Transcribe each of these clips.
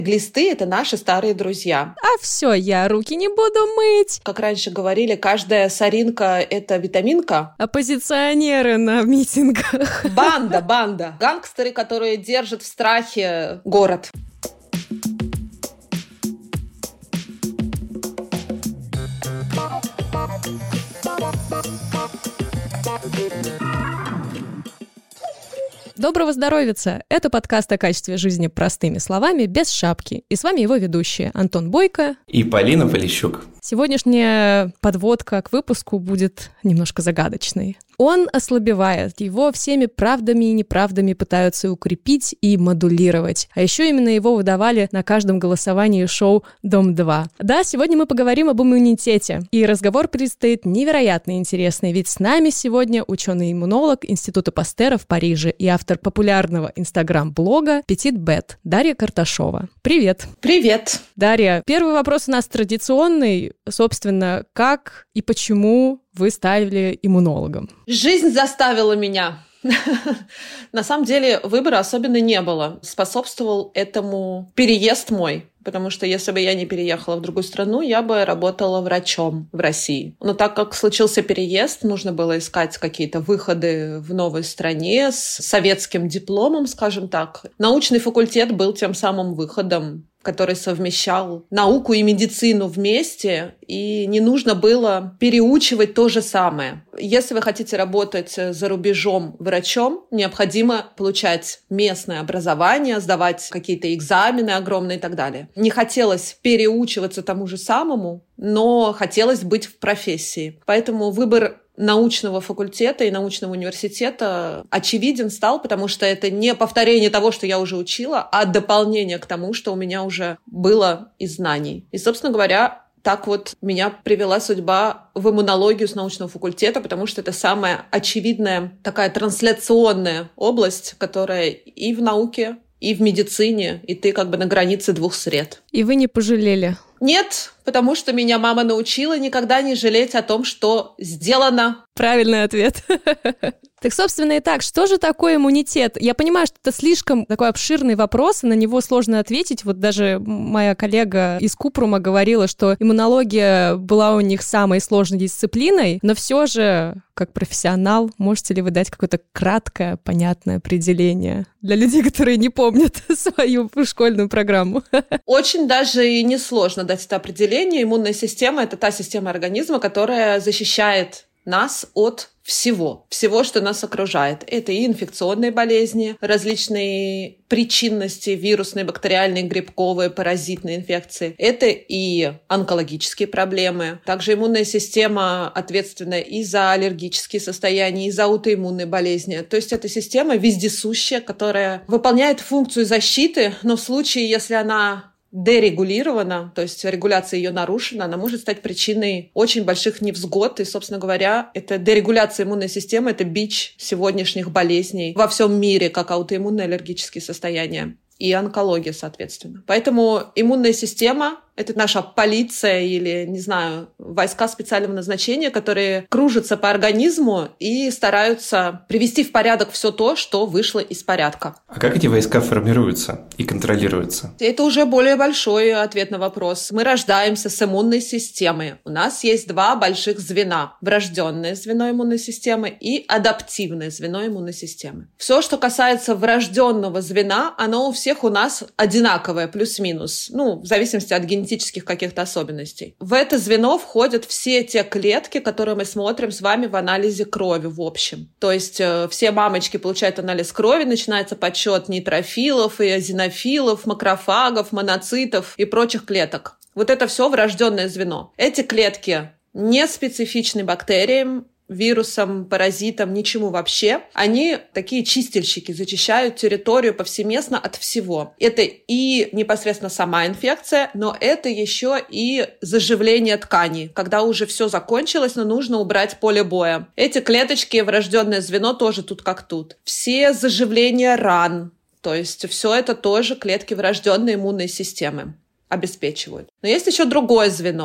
Глисты — это наши старые друзья. А все, я руки не буду мыть. Как раньше говорили, каждая соринка — это витаминка. Оппозиционеры на митингах. Банда. Гангстеры, которые держат в страхе город. Доброго здоровица! Это подкаст о качестве жизни простыми словами, без шапки. И с вами его ведущие Антон Бойко и Полина Полищук. Сегодняшняя подводка к выпуску будет немножко загадочной. Он ослабевает, его всеми правдами и неправдами пытаются укрепить и модулировать. А еще именно его выдавали на каждом голосовании шоу «Дом-2». Да, сегодня мы поговорим об иммунитете. И разговор предстоит невероятно интересный, ведь с нами сегодня ученый-иммунолог Института Пастера в Париже и автор популярного инстаграм-блога Petit Bet Дарья Карташова. Привет! Привет! Дарья, первый вопрос у нас традиционный. Собственно, как и почему вы стали иммунологом? Жизнь заставила меня. На самом деле выбора особенно не было. Способствовал этому переезд мой. Потому что если бы я не переехала в другую страну, я бы работала врачом в России. Но так как случился переезд, нужно было искать какие-то выходы в новой стране с советским дипломом, скажем так. Научный факультет был тем самым выходом, который совмещал науку и медицину вместе, и не нужно было переучивать то же самое. Если вы хотите работать за рубежом врачом, необходимо получать местное образование, сдавать какие-то экзамены огромные и так далее. Не хотелось переучиваться тому же самому, но хотелось быть в профессии. Поэтому выбор научного факультета и научного университета очевиден стал, потому что это не повторение того, что я уже учила, а дополнение к тому, что у меня уже было из знаний. И, собственно говоря, так вот меня привела судьба в иммунологию с научного факультета, потому что это самая очевидная такая трансляционная область, которая и в науке, и в медицине, и ты как бы на границе двух сред. И вы не пожалели? Нет, потому что меня мама научила никогда не жалеть о том, что сделано. Правильный ответ. Так, собственно, и так, что же такое иммунитет? Я понимаю, что это слишком такой обширный вопрос, и на него сложно ответить. Вот даже моя коллега из Купрума говорила, что иммунология была у них самой сложной дисциплиной, но все же, как профессионал, можете ли вы дать какое-то краткое, понятное определение для людей, которые не помнят свою школьную программу? Очень даже и несложно дать это определение. Иммунная система — это та система организма, которая защищает нас от всего, что нас окружает. Это и инфекционные болезни, различные причинности, вирусные, бактериальные, грибковые, паразитные инфекции. Это и онкологические проблемы. Также иммунная система ответственна и за аллергические состояния, и за аутоиммунные болезни. То есть это система вездесущая, которая выполняет функцию защиты, но в случае, если она дерегулирована, то есть регуляция ее нарушена, она может стать причиной очень больших невзгод. И, собственно говоря, эта дерегуляция иммунной системы — это бич сегодняшних болезней во всем мире, как аутоиммунные аллергические состояния и онкология, соответственно. Поэтому иммунная система — это наша полиция или, не знаю, войска специального назначения, которые кружатся по организму и стараются привести в порядок все то, что вышло из порядка. А как эти войска формируются и контролируются? Это уже более большой ответ на вопрос. Мы рождаемся с иммунной системой. У нас есть два больших звена. Врожденное звено иммунной системы и адаптивное звено иммунной системы. Все, что касается врожденного звена, оно у всех у нас одинаковое, плюс-минус. В зависимости от генетических каких-то особенностей. В это звено входят все те клетки, которые мы смотрим с вами в анализе крови в общем. То есть все мамочки получают анализ крови, начинается подсчет нейтрофилов, эозинофилов, макрофагов, моноцитов и прочих клеток. Вот это все врожденное звено. Эти клетки не специфичны бактериям, вирусам, паразитам, ничему вообще. Они такие чистильщики, зачищают территорию повсеместно от всего. Это и непосредственно сама инфекция, но это еще и заживление тканей, когда уже все закончилось, но нужно убрать поле боя. Эти клеточки, врожденное звено, тоже тут как тут. Все заживления ран, то есть все это тоже клетки врожденной иммунной системы обеспечивают. Но есть еще другое звено.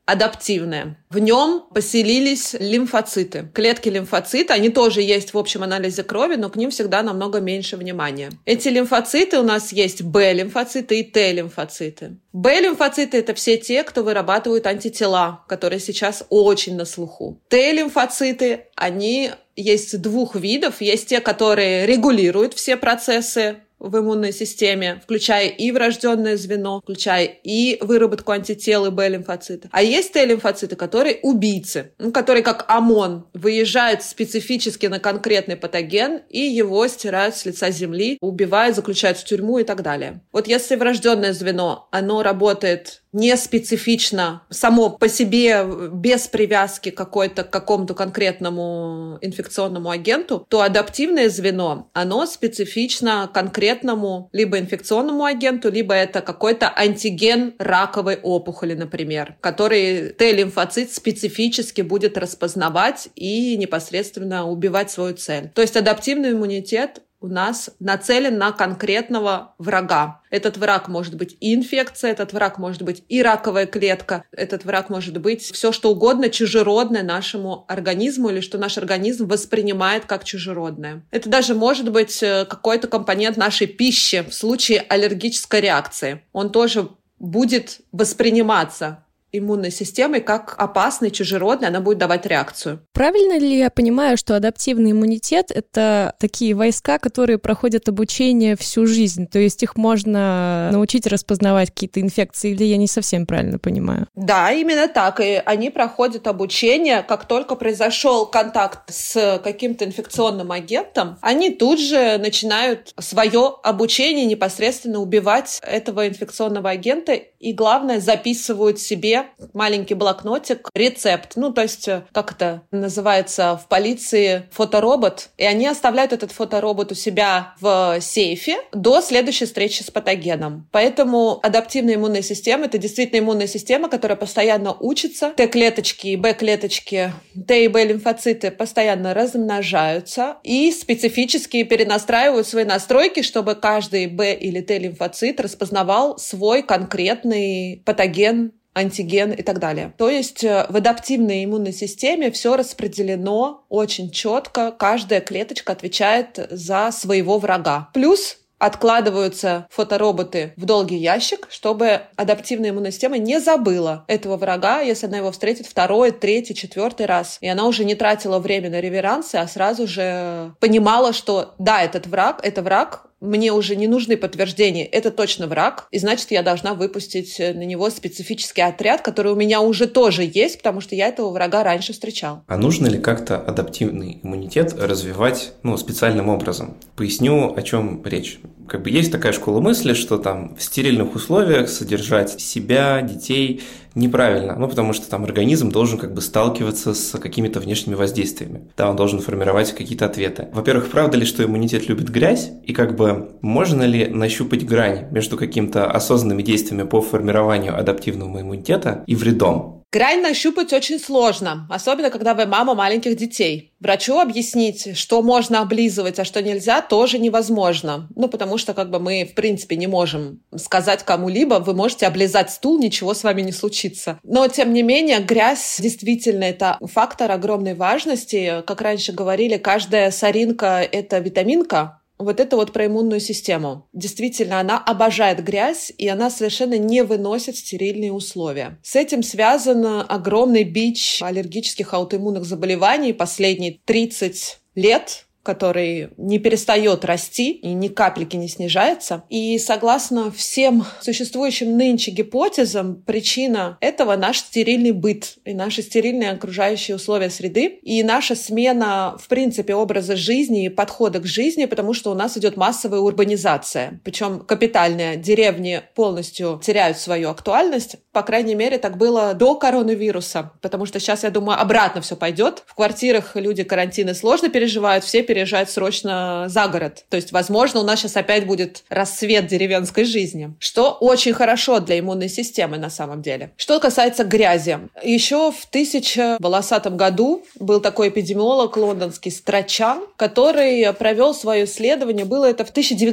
адаптивное. В нем поселились лимфоциты. Клетки лимфоцита, они тоже есть в общем анализе крови, но к ним всегда намного меньше внимания. Эти лимфоциты у нас есть Б-лимфоциты и Т-лимфоциты. Б-лимфоциты – это все те, кто вырабатывают антитела, которые сейчас очень на слуху. Т-лимфоциты, они есть двух видов. Есть те, которые регулируют все процессы в иммунной системе, включая и врожденное звено, включая и выработку антител и Б-лимфоцитов. А есть Т-лимфоциты, которые убийцы, которые как ОМОН выезжают специфически на конкретный патоген и его стирают с лица земли, убивают, заключают в тюрьму и так далее. Вот если врожденное звено, оно работает не специфично, само по себе, без привязки к какому-то конкретному инфекционному агенту, то адаптивное звено, оно специфично конкретному либо инфекционному агенту, либо это какой-то антиген раковой опухоли, например, который Т-лимфоцит специфически будет распознавать и непосредственно убивать свою цель. То есть адаптивный иммунитет у нас нацелен на конкретного врага. Этот враг может быть и инфекция, этот враг может быть и раковая клетка, этот враг может быть все что угодно чужеродное нашему организму или что наш организм воспринимает как чужеродное. Это даже может быть какой-то компонент нашей пищи в случае аллергической реакции. Он тоже будет восприниматься иммунной системой как опасный, чужеродный, она будет давать реакцию. Правильно ли я понимаю, что адаптивный иммунитет — это такие войска, которые проходят обучение всю жизнь? То есть их можно научить распознавать какие-то инфекции, или я не совсем правильно понимаю? Да, именно так. И они проходят обучение, как только произошел контакт с каким-то инфекционным агентом, они тут же начинают свое обучение непосредственно убивать этого инфекционного агента и, главное, записывают себе маленький блокнотик, рецепт. То есть, как это называется в полиции, фоторобот. И они оставляют этот фоторобот у себя в сейфе до следующей встречи с патогеном. Поэтому адаптивная иммунная система — это действительно иммунная система, которая постоянно учится. Т-клеточки и Б-клеточки, Т и Б-лимфоциты постоянно размножаются и специфически перенастраивают свои настройки, чтобы каждый Б или Т-лимфоцит распознавал свой конкретный патоген, антиген и так далее. То есть в адаптивной иммунной системе все распределено очень четко, каждая клеточка отвечает за своего врага. Плюс откладываются фотороботы в долгий ящик, чтобы адаптивная иммунная система не забыла этого врага, если она его встретит второй, третий, четвертый раз. И она уже не тратила время на реверансы, а сразу же понимала, что да, это враг, мне уже не нужны подтверждения, это точно враг, и значит, я должна выпустить на него специфический отряд, который у меня уже тоже есть, потому что я этого врага раньше встречал. А нужно ли как-то адаптивный иммунитет развивать специальным образом? Поясню, о чем речь. Есть такая школа мысли, что в стерильных условиях содержать себя, детей неправильно, потому что организм должен сталкиваться с какими-то внешними воздействиями. Да, он должен формировать какие-то ответы. Во-первых, правда ли, что иммунитет любит грязь? И можно ли нащупать грань между какими-то осознанными действиями по формированию адаптивного иммунитета и вредом? Грань нащупать очень сложно, особенно когда вы мама маленьких детей. Врачу объяснить, что можно облизывать, а что нельзя, тоже невозможно. Потому что мы, в принципе, не можем сказать кому-либо, вы можете облизать стул, ничего с вами не случится. Но, тем не менее, грязь действительно это фактор огромной важности. Как раньше говорили, каждая соринка — это витаминка. Это про иммунную систему. Действительно, она обожает грязь, и она совершенно не выносит стерильные условия. С этим связан огромный бич аллергических аутоиммунных заболеваний последние 30 лет, который не перестает расти и ни капельки не снижается. И согласно всем существующим нынче гипотезам, причина этого — наш стерильный быт и наши стерильные окружающие условия среды, и наша смена, в принципе, образа жизни и подхода к жизни, потому что у нас идет массовая урбанизация. Причем капитальные деревни полностью теряют свою актуальность. По крайней мере, так было до коронавируса, потому что сейчас, я думаю, обратно все пойдет. В квартирах люди карантины сложно переживают, все переезжать срочно за город. То есть, возможно, у нас сейчас опять будет расцвет деревенской жизни, что очень хорошо для иммунной системы на самом деле. Что касается грязи. Еще в 1000 году был такой эпидемиолог лондонский Страчан, который провел свое исследование, было это в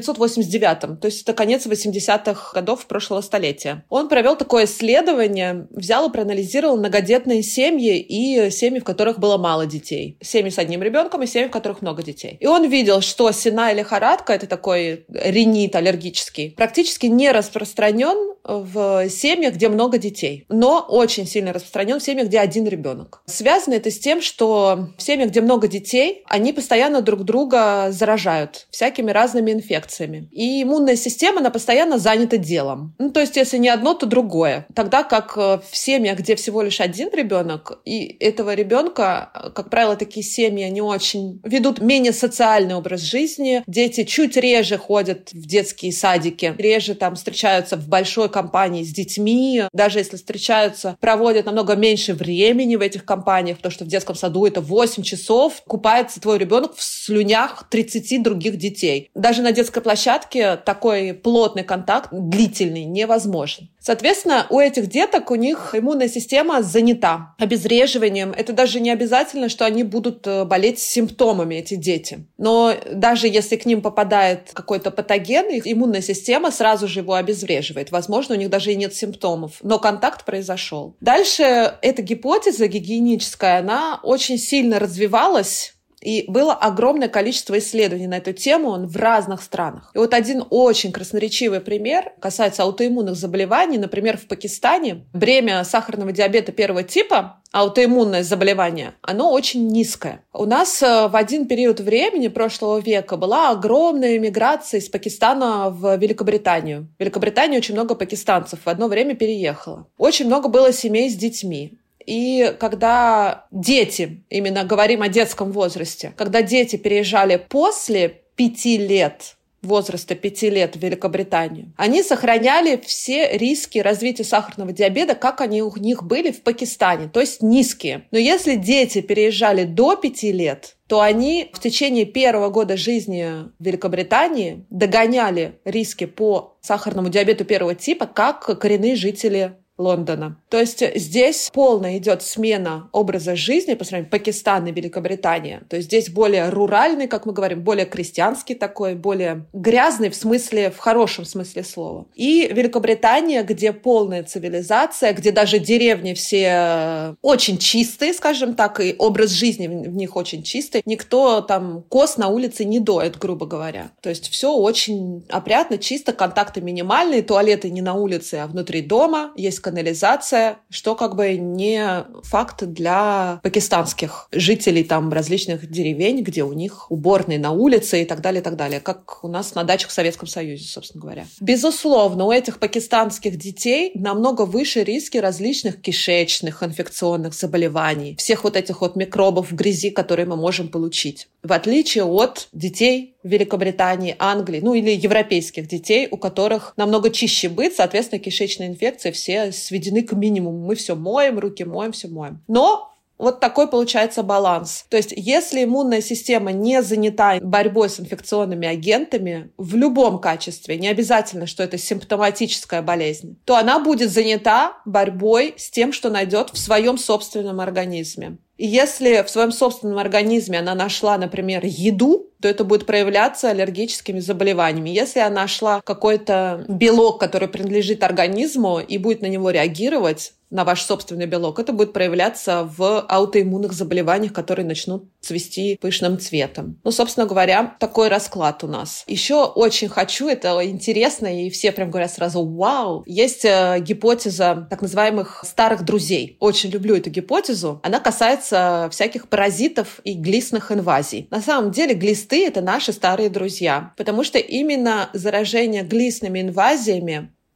1989, то есть это конец 80-х годов прошлого столетия. Он провел такое исследование, взял и проанализировал многодетные семьи и семьи, в которых было мало детей. Семьи с одним ребенком и семьи, в которых много детей. И он видел, что сенная лихорадка, это такой ринит аллергический, практически не распространен в семьях, где много детей, но очень сильно распространен в семьях, где один ребенок. Связано это с тем, что в семьях, где много детей, они постоянно друг друга заражают всякими разными инфекциями. И иммунная система, она постоянно занята делом. То есть, если не одно, то другое. Тогда как в семьях, где всего лишь один ребенок, и этого ребенка, как правило, такие семьи, они очень ведут менее социальный образ жизни. Дети чуть реже ходят в детские садики, реже там встречаются в большой компании с детьми. Даже если встречаются, проводят намного меньше времени в этих компаниях, потому что в детском саду это 8 часов. Купается твой ребенок в слюнях 30 других детей. Даже на детской площадке такой плотный контакт, длительный, невозможен. Соответственно, у этих деток, у них иммунная система занята обезвреживанием. Это даже не обязательно, что они будут болеть симптомами, эти дети. Но даже если к ним попадает какой-то патоген, их иммунная система сразу же его обезвреживает. Возможно, у них даже и нет симптомов, но контакт произошел. Дальше эта гипотеза гигиеническая, она очень сильно развивалась, и было огромное количество исследований на эту тему в разных странах. И вот один очень красноречивый пример касается аутоиммунных заболеваний. Например, в Пакистане бремя сахарного диабета первого типа, аутоиммунное заболевание, оно очень низкое. У нас в один период времени прошлого века была огромная миграция из Пакистана в Великобританию. В Великобританию очень много пакистанцев в одно время переехало. Очень много было семей с детьми. И когда дети, именно говорим о детском возрасте, когда дети переезжали после 5 лет, возраста 5 лет в Великобританию, они сохраняли все риски развития сахарного диабета, как они у них были в Пакистане, то есть низкие. Но если дети переезжали до 5 лет, то они в течение первого года жизни в Великобритании догоняли риски по сахарному диабету первого типа, как коренные жители Лондона. То есть здесь полная идет смена образа жизни по сравнению с Пакистаном и Великобританией. То есть здесь более руральный, как мы говорим, более крестьянский такой, более грязный в хорошем смысле слова. И Великобритания, где полная цивилизация, где даже деревни все очень чистые, скажем так, и образ жизни в них очень чистый. Никто там коз на улице не доет, грубо говоря. То есть все очень опрятно, чисто, контакты минимальные, туалеты не на улице, а внутри дома, есть канализация, что как бы не факт для пакистанских жителей там различных деревень, где у них уборные на улице и так далее, как у нас на дачах в Советском Союзе, собственно говоря. Безусловно, у этих пакистанских детей намного выше риски различных кишечных инфекционных заболеваний, всех вот этих вот микробов в грязи, которые мы можем получить. В отличие от детей в Великобритании, Англии, или европейских детей, у которых намного чище быт, соответственно, кишечные инфекции все сведены к минимуму. Мы все моем, руки моем, все моем. Но вот такой получается баланс. То есть если иммунная система не занята борьбой с инфекционными агентами в любом качестве, не обязательно, что это симптоматическая болезнь, то она будет занята борьбой с тем, что найдет в своем собственном организме. И если в своем собственном организме она нашла, например, еду, то это будет проявляться аллергическими заболеваниями. Если она нашла какой-то белок, который принадлежит организму, и будет на него реагировать, на ваш собственный белок, это будет проявляться в аутоиммунных заболеваниях, которые начнут цвести пышным цветом. Собственно говоря, такой расклад у нас. Еще очень хочу, это интересно, и все прям говорят сразу «Вау!». Есть гипотеза так называемых старых друзей. Очень люблю эту гипотезу. Она касается всяких паразитов и глистных инвазий. На самом деле глисты — это наши старые друзья, потому что именно заражение глистными инвазиями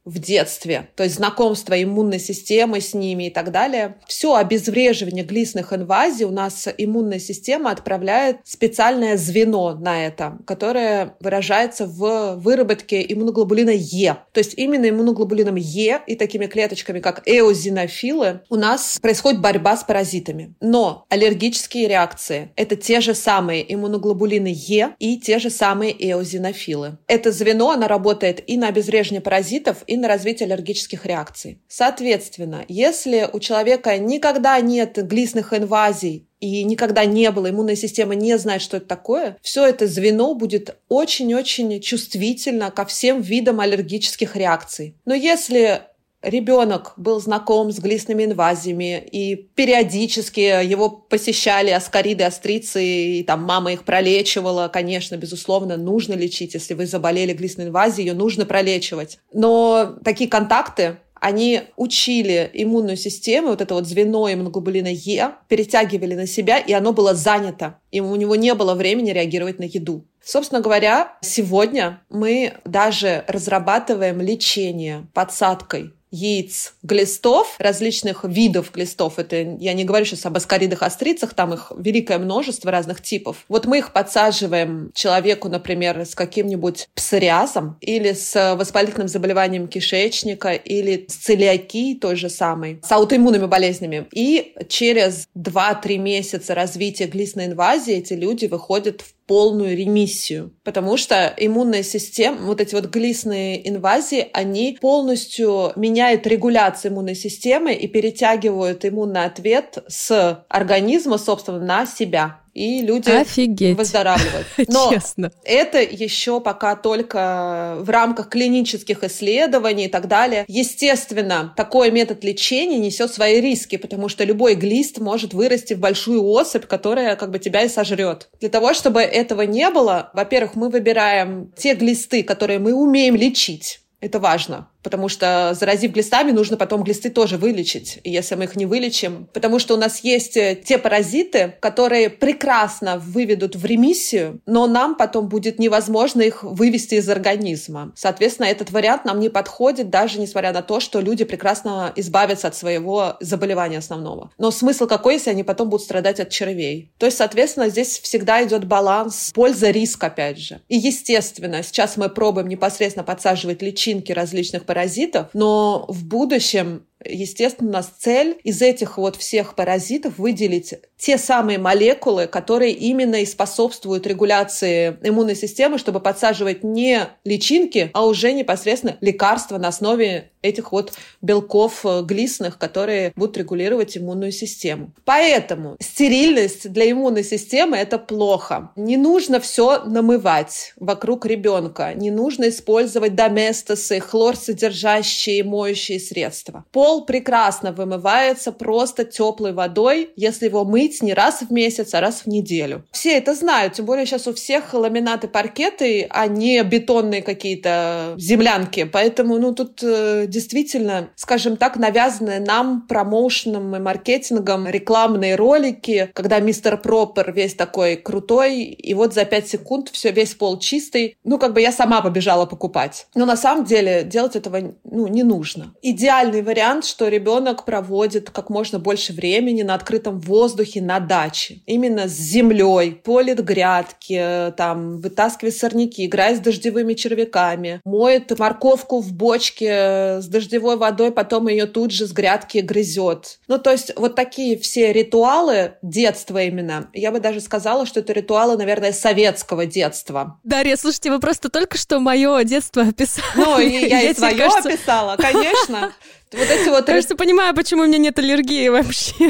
в детстве, то есть знакомство иммунной системы с ними и так далее, все обезвреживание глистных инвазий у нас иммунная система отправляет специальное звено на это, которое выражается в выработке иммуноглобулина Е. То есть именно иммуноглобулином Е и такими клеточками, как эозинофилы, у нас происходит борьба с паразитами. Но аллергические реакции — это те же самые иммуноглобулины Е и те же самые эозинофилы. Это звено, оно работает и на обезвреживание паразитов, и на развитие аллергических реакций. Соответственно, если у человека никогда нет глистных инвазий и никогда не было, иммунная система не знает, что это такое, все это звено будет очень-очень чувствительно ко всем видам аллергических реакций. Но если ребенок был знаком с глистными инвазиями, и периодически его посещали аскариды, астрицы, и там мама их пролечивала. Конечно, безусловно, нужно лечить. Если вы заболели глистной инвазией, ее нужно пролечивать. Но такие контакты, они учили иммунную систему, вот это вот звено иммуноглобулина Е, перетягивали на себя, и оно было занято. И у него не было времени реагировать на еду. Собственно говоря, сегодня мы даже разрабатываем лечение подсадкой яиц глистов, различных видов глистов. Это я не говорю сейчас об аскаридах, астрицах, там их великое множество разных типов. Вот мы их подсаживаем человеку, например, с каким-нибудь псориазом или с воспалительным заболеванием кишечника или с целиакией той же самой, с аутоиммунными болезнями. И через 2-3 месяца развития глистной инвазии эти люди выходят в полную ремиссию, потому что иммунная система, вот эти вот глистные инвазии, они полностью меняют регуляцию иммунной системы и перетягивают иммунный ответ с организма, собственно, на себя. И люди выздоравливают. Но честно. Это еще пока только в рамках клинических исследований и так далее. Естественно, такой метод лечения несет свои риски, потому что любой глист может вырасти в большую особь, которая как бы тебя и сожрет. Для того, чтобы этого не было, во-первых, мы выбираем те глисты, которые мы умеем лечить. Это важно, потому что, заразив глистами, нужно потом глисты тоже вылечить, если мы их не вылечим. Потому что у нас есть те паразиты, которые прекрасно выведут в ремиссию, но нам потом будет невозможно их вывести из организма. Соответственно, этот вариант нам не подходит, даже несмотря на то, что люди прекрасно избавятся от своего заболевания основного. Но смысл какой, если они потом будут страдать от червей? То есть, соответственно, здесь всегда идет баланс польза-риск, опять же. И, естественно, сейчас мы пробуем непосредственно подсаживать личинки различных паразитов, но в будущем, естественно, у нас цель из этих вот всех паразитов выделить те самые молекулы, которые именно и способствуют регуляции иммунной системы, чтобы подсаживать не личинки, а уже непосредственно лекарства на основе этих вот белков глистных, которые будут регулировать иммунную систему. Поэтому стерильность для иммунной системы — это плохо. Не нужно все намывать вокруг ребенка, не нужно использовать доместосы, хлорсодержащие моющие средства. Пол прекрасно вымывается просто теплой водой, если его мыть не раз в месяц, а раз в неделю. Все это знают, тем более сейчас у всех ламинаты, паркеты, а не бетонные какие-то землянки. Поэтому, тут действительно, скажем так, навязанные нам промоушеном и маркетингом рекламные ролики, когда мистер Пропер весь такой крутой, и вот за 5 секунд все, весь пол чистый. Я сама побежала покупать. Но на самом деле делать этого не нужно. Идеальный вариант, что ребенок проводит как можно больше времени на открытом воздухе, на даче. Именно с землей, полит грядки, вытаскивает сорняки, играет с дождевыми червяками, моет морковку в бочке с дождевой водой, потом ее тут же с грядки грызет. То есть вот такие все ритуалы детства именно. Я бы даже сказала, что это ритуалы, наверное, советского детства. Дарья, слушайте, вы просто только что мое детство описали. Я и свое описала, конечно. Кажется, понимаю, почему у меня нет аллергии вообще.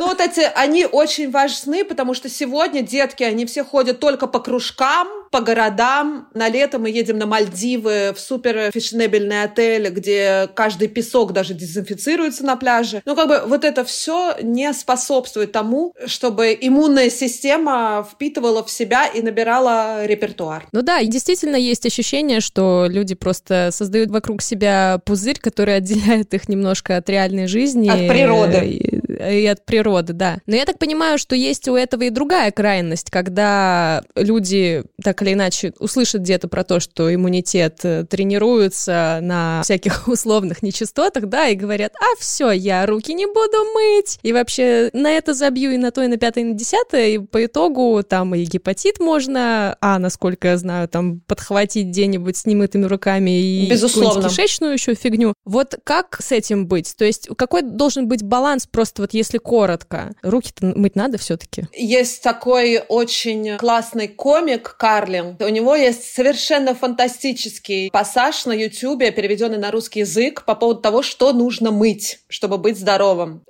Они очень важны, потому что сегодня детки, они все ходят только по кружкам, по городам. На лето мы едем на Мальдивы, в супер фешенебельный отель, где каждый песок даже дезинфицируется на пляже. Вот это все не способствует тому, чтобы иммунная система впитывала в себя и набирала репертуар. И действительно есть ощущение, что люди просто создают вокруг себя пузырь, который отделяет их немножко от реальной жизни. От природы. и от природы, да. Но я так понимаю, что есть у этого и другая крайность, когда люди так или иначе услышат где-то про то, что иммунитет тренируется на всяких условных нечистотах, да, и говорят: а все, я руки не буду мыть, и вообще на это забью и на то, и на пятое, и на десятое, и по итогу там и гепатит можно, насколько я знаю, там подхватить где-нибудь с немытыми руками и какую-нибудь кишечную еще фигню. Вот как с этим быть? То есть какой должен быть баланс, просто вот если коротко? Руки-то мыть надо все-таки? Есть такой очень классный комик Карлин. У него есть совершенно фантастический пассаж на Ютубе, переведенный на русский язык, по поводу того, что нужно мыть, чтобы быть здоровым.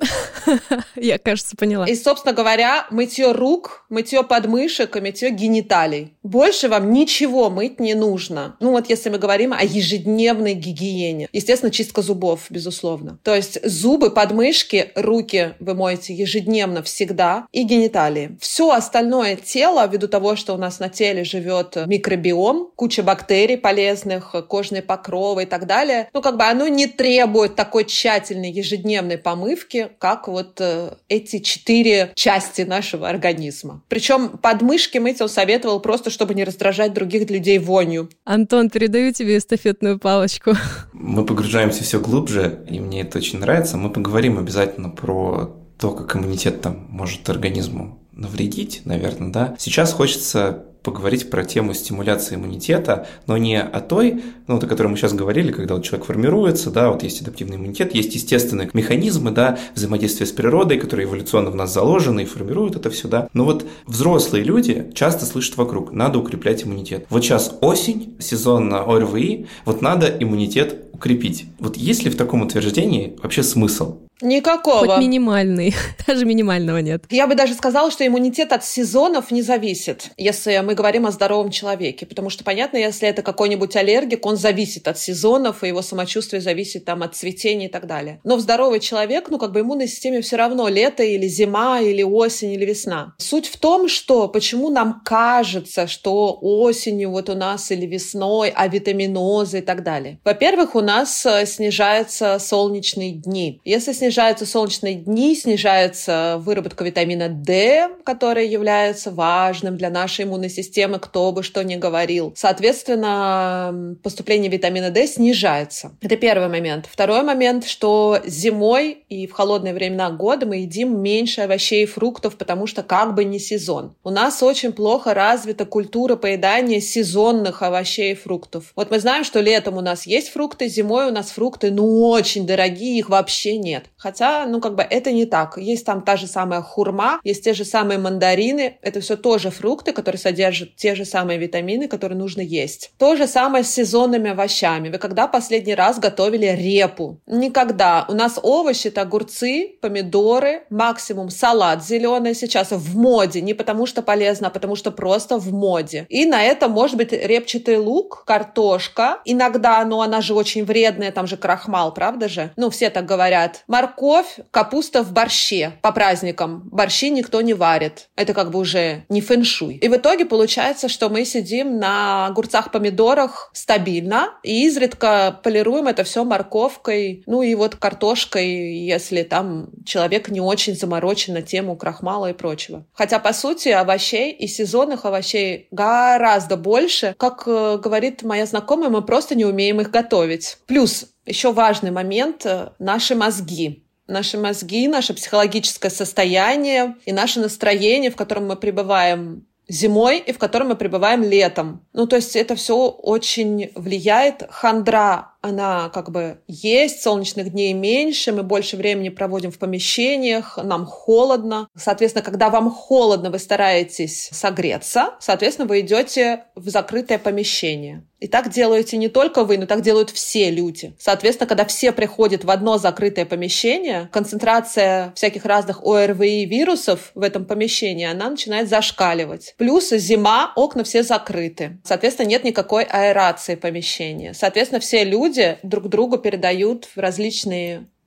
Я, кажется, поняла. И, собственно говоря, мытье рук, мытье подмышек и мытье гениталий. Больше вам ничего мыть не нужно. Ну вот если мы говорим о ежедневной гигиене. Естественно, чистка зубов, безусловно. То есть зубы, подмышки, руки вы моете ежедневно всегда и гениталии. Все остальное тело, ввиду того, что у нас на теле живет микробиом, куча бактерий полезных, кожные покровы и так далее, оно не требует такой тщательной ежедневной помывки, как вот эти 4 части нашего организма. Причем подмышки мыть он советовал просто, чтобы не раздражать других людей вонью. Антон, передаю тебе эстафетную палочку. Мы погружаемся все глубже, и мне это очень нравится. Мы поговорим обязательно про то, как иммунитет там может организму навредить, наверное, да. Сейчас хочется поговорить про тему стимуляции иммунитета, но не о той, о которой мы сейчас говорили, когда вот человек формируется, да, вот есть адаптивный иммунитет, есть естественные механизмы, да, взаимодействия с природой, которые эволюционно в нас заложены и формируют это все, да. Но вот взрослые люди часто слышат вокруг: надо укреплять иммунитет. Вот сейчас осень, сезон ОРВИ, вот надо иммунитет укрепить. Вот есть ли в таком утверждении вообще смысл? Никакого. Хоть минимальный. Даже минимального нет. Я бы даже сказала, что иммунитет от сезонов не зависит, если мы говорим о здоровом человеке. Потому что, понятно, если это какой-нибудь аллергик, он зависит от сезонов, и его самочувствие зависит там от цветения и так далее. Но в здоровый человек, иммунной системе все равно лето или зима, или осень, или весна. Суть в том, что почему нам кажется, что осенью вот у нас или весной авитаминозы и так далее. Во-первых, у нас снижаются солнечные дни. Если снижаются солнечные дни, снижается выработка витамина D, который является важным для нашей иммунной системы, кто бы что ни говорил. Соответственно, поступление витамина D снижается. Это первый момент. Второй момент, что зимой и в холодные времена года мы едим меньше овощей и фруктов, потому что как бы не сезон. У нас очень плохо развита культура поедания сезонных овощей и фруктов. Вот мы знаем, что летом у нас есть фрукты, зимой у нас фрукты, очень дорогие, их вообще нет. Хотя, это не так. Есть там та же самая хурма, есть те же самые мандарины. Это все тоже фрукты, которые содержат те же самые витамины, которые нужно есть. То же самое с сезонными овощами. Вы когда последний раз готовили репу? Никогда. У нас овощи — это огурцы, помидоры, максимум салат зеленый. Сейчас в моде. Не потому что полезно, а потому что просто в моде. И на это может быть репчатый лук, картошка. Иногда, она же очень вредная, там же крахмал, правда же? Все так говорят. Морковь, капуста в борще по праздникам. Борщи никто не варит. Это уже не фэншуй. И в итоге получается, что мы сидим на огурцах, помидорах стабильно и изредка полируем это все морковкой, и картошкой, если там человек не очень заморочен на тему крахмала и прочего. Хотя, по сути, овощей и сезонных овощей гораздо больше. Как говорит моя знакомая, мы просто не умеем их готовить. Плюс еще важный момент — наши мозги. Наши мозги, наше психологическое состояние и наше настроение, в котором мы пребываем зимой и в котором мы пребываем летом. То есть это все очень влияет. Хандра, она есть, солнечных дней меньше, мы больше времени проводим в помещениях, нам холодно. Соответственно, когда вам холодно, вы стараетесь согреться, соответственно, вы идете в закрытое помещение. И так делаете не только вы, но так делают все люди. Соответственно, когда все приходят в одно закрытое помещение, концентрация всяких разных ОРВИ вирусов в этом помещении, она начинает зашкаливать. Плюс зима, окна все закрыты. Соответственно, нет никакой аэрации помещения. Соответственно, все люди друг другу передают различные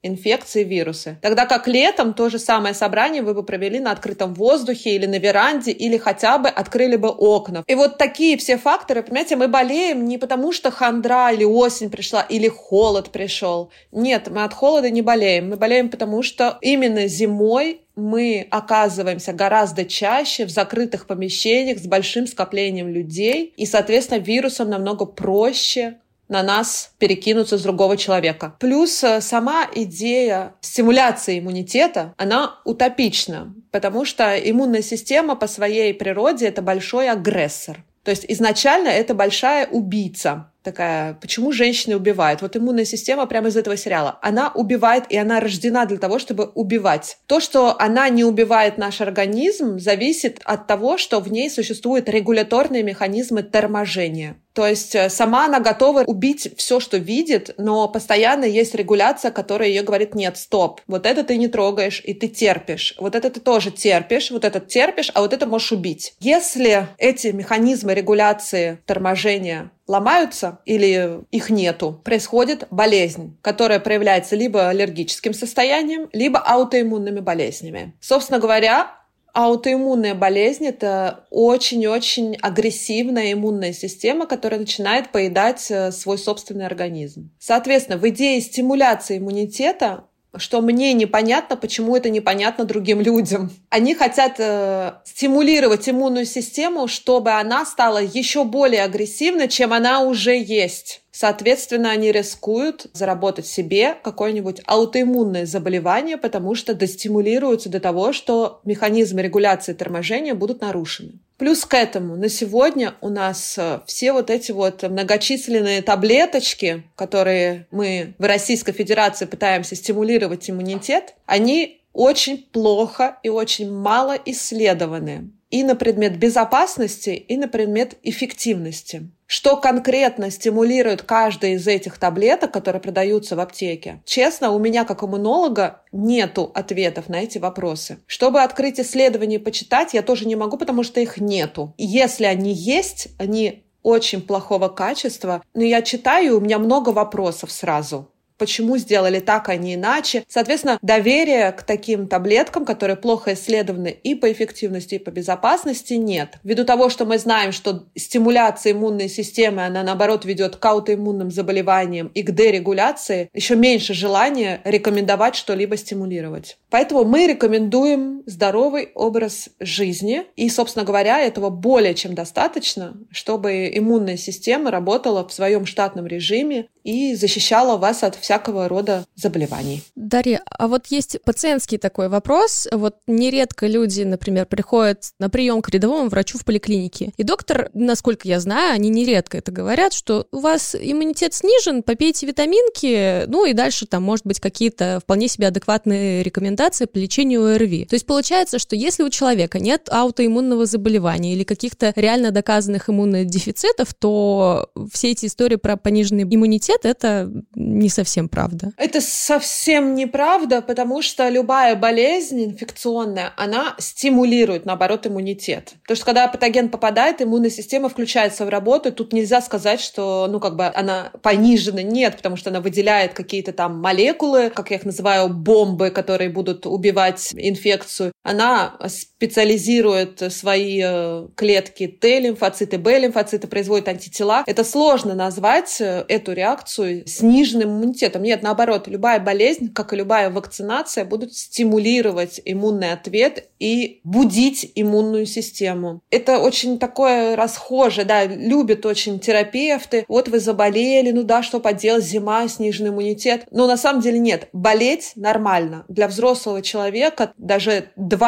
инфекции, вирусы. Тогда как летом то же самое собрание вы бы провели на открытом воздухе или на веранде, или хотя бы открыли бы окна. И вот такие все факторы, понимаете, мы болеем не потому, что хандра или осень пришла, или холод пришел. Нет, мы от холода не болеем. Мы болеем потому, что именно зимой мы оказываемся гораздо чаще в закрытых помещениях с большим скоплением людей, и, соответственно, вирусам намного проще на нас перекинуться с другого человека. Плюс сама идея стимуляции иммунитета, она утопична, потому что иммунная система по своей природе — это большой агрессор. То есть изначально это большая убийца. Такая, почему женщины убивают? Вот иммунная система прямо из этого сериала. Она убивает, и она рождена для того, чтобы убивать. То, что она не убивает наш организм, зависит от того, что в ней существуют регуляторные механизмы торможения. То есть сама она готова убить все, что видит, но постоянно есть регуляция, которая ее говорит: нет, стоп, вот это ты не трогаешь, и ты терпишь. Вот это ты тоже терпишь, вот это терпишь, а вот это можешь убить. Если эти механизмы регуляции торможения ломаются или их нету, происходит болезнь, которая проявляется либо аллергическим состоянием, либо аутоиммунными болезнями. Собственно говоря, аутоиммунная болезнь — это очень-очень агрессивная иммунная система, которая начинает поедать свой собственный организм. Соответственно, в идее стимуляции иммунитета, что мне непонятно, почему это непонятно другим людям. Они хотят стимулировать иммунную систему, чтобы она стала еще более агрессивной, чем она уже есть. Соответственно, они рискуют заработать себе какое-нибудь аутоиммунное заболевание, потому что достимулируются до того, что механизмы регуляции торможения будут нарушены. Плюс к этому на сегодня у нас все вот эти вот многочисленные таблеточки, которые мы в Российской Федерации пытаемся стимулировать иммунитет, они очень плохо и очень мало исследованы и на предмет безопасности, и на предмет эффективности. Что конкретно стимулирует каждая из этих таблеток, которые продаются в аптеке? Честно, у меня как иммунолога нету ответов на эти вопросы. Чтобы открыть исследования и почитать, я тоже не могу, потому что их нету. И если они есть, они очень плохого качества, но я читаю, и у меня много вопросов сразу. Почему сделали так, а не иначе? Соответственно, доверия к таким таблеткам, которые плохо исследованы и по эффективности, и по безопасности, нет. Ввиду того, что мы знаем, что стимуляция иммунной системы, она, наоборот, ведет к аутоиммунным заболеваниям и к дерегуляции, еще меньше желания рекомендовать что-либо стимулировать. Поэтому мы рекомендуем здоровый образ жизни. И, собственно говоря, этого более чем достаточно, чтобы иммунная система работала в своем штатном режиме и защищала вас от всякого рода заболеваний. Дарья, а вот есть пациентский такой вопрос. Вот нередко люди, например, приходят на прием к рядовому врачу в поликлинике. И доктор, насколько я знаю, они нередко это говорят, что у вас иммунитет снижен, попейте витаминки, ну и дальше там, может быть, какие-то вполне себе адекватные рекомендации по лечению ОРВИ. То есть получается, что если у человека нет аутоиммунного заболевания или каких-то реально доказанных иммунных дефицитов, то все эти истории про пониженный иммунитет — это не совсем правда. Это совсем неправда, потому что любая болезнь инфекционная, она стимулирует, наоборот, иммунитет. Потому что когда патоген попадает, иммунная система включается в работу, и тут нельзя сказать, что, она понижена. Нет, потому что она выделяет какие-то там молекулы, как я их называю, бомбы, которые будут убивать инфекцию. Она специализирует свои клетки Т-лимфоциты, Б-лимфоциты, производит антитела. Это сложно назвать эту реакцию сниженным иммунитетом. Нет, наоборот, любая болезнь, как и любая вакцинация, будут стимулировать иммунный ответ и будить иммунную систему. Это очень такое расхожее, любят очень терапевты. Вот вы заболели, что поделать, зима, сниженный иммунитет. Но на самом деле нет. Болеть нормально. Для взрослого человека даже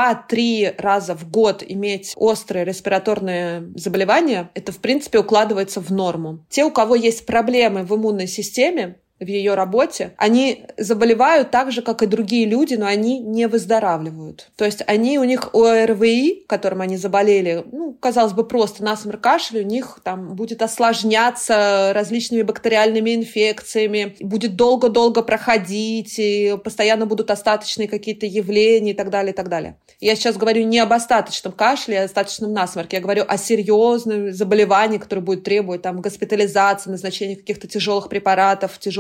2-3 раза в год иметь острые респираторные заболевания, это, в принципе, укладывается в норму. Те, у кого есть проблемы в иммунной системе, в ее работе, они заболевают так же, как и другие люди, но они не выздоравливают. То есть у них ОРВИ, которым они заболели, казалось бы, просто насморк, кашель, у них там будет осложняться различными бактериальными инфекциями, будет долго-долго проходить, и постоянно будут остаточные какие-то явления и так далее, и так далее. Я сейчас говорю не об остаточном кашле, а о остаточном насморке. Я говорю о серьезном заболевании, которое будет требовать госпитализации, назначения каких-то тяжелых препаратов, тяжелых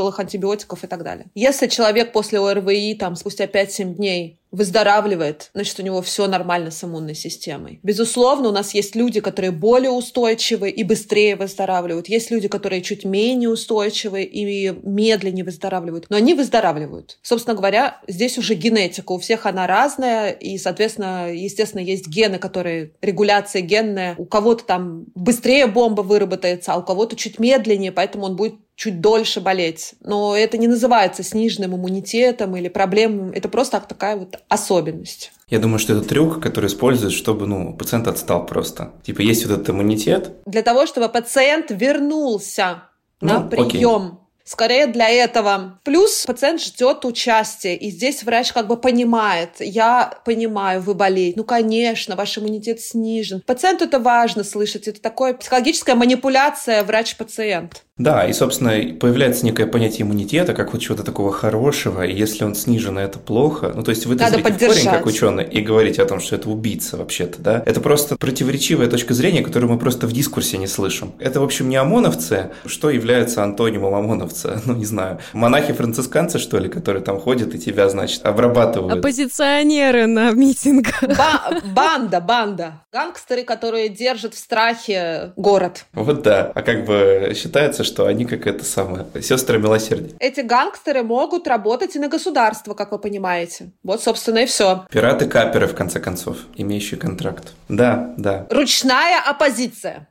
тяжелых антибиотиков и так далее. Если человек после ОРВИ спустя 5-7 дней выздоравливает, значит, у него все нормально с иммунной системой. Безусловно, у нас есть люди, которые более устойчивы и быстрее выздоравливают. Есть люди, которые чуть менее устойчивы и медленнее выздоравливают. Но они выздоравливают. Собственно говоря, здесь уже генетика. У всех она разная. И, соответственно, естественно, есть гены, которые... Регуляция генная. У кого-то быстрее бомба выработается, а у кого-то чуть медленнее, поэтому он будет чуть дольше болеть. Но это не называется сниженным иммунитетом или проблемой. Это просто такая вот особенность. Я думаю, что это трюк, который используют, чтобы, пациент отстал просто. Есть вот этот иммунитет. Для того, чтобы пациент вернулся на прием. Окей. Скорее для этого. Плюс пациент ждет участия, и здесь врач понимает, я понимаю, вы болеете. Конечно, ваш иммунитет снижен. Пациенту это важно слышать. Это такая психологическая манипуляция врач-пациент. Да, и, собственно, появляется некое понятие иммунитета, как вот чего-то такого хорошего, и если он снижен, это плохо. То есть вы зрите в корень, как ученый, и говорите о том, что это убийца вообще-то, да? Это просто противоречивая точка зрения, которую мы просто в дискурсе не слышим. Это, в общем, не ОМОНовцы. Что является антонимом ОМОНовца? Не знаю. Монахи-францисканцы, что ли, которые там ходят и тебя, обрабатывают? Оппозиционеры на митингах. Банда. Гангстеры, которые держат в страхе город. Вот да. А считается, что они сестры милосердия. Эти гангстеры могут работать и на государство, как вы понимаете. Вот, собственно, и все. Пираты-каперы, в конце концов, имеющие контракт. Да. Ручная оппозиция.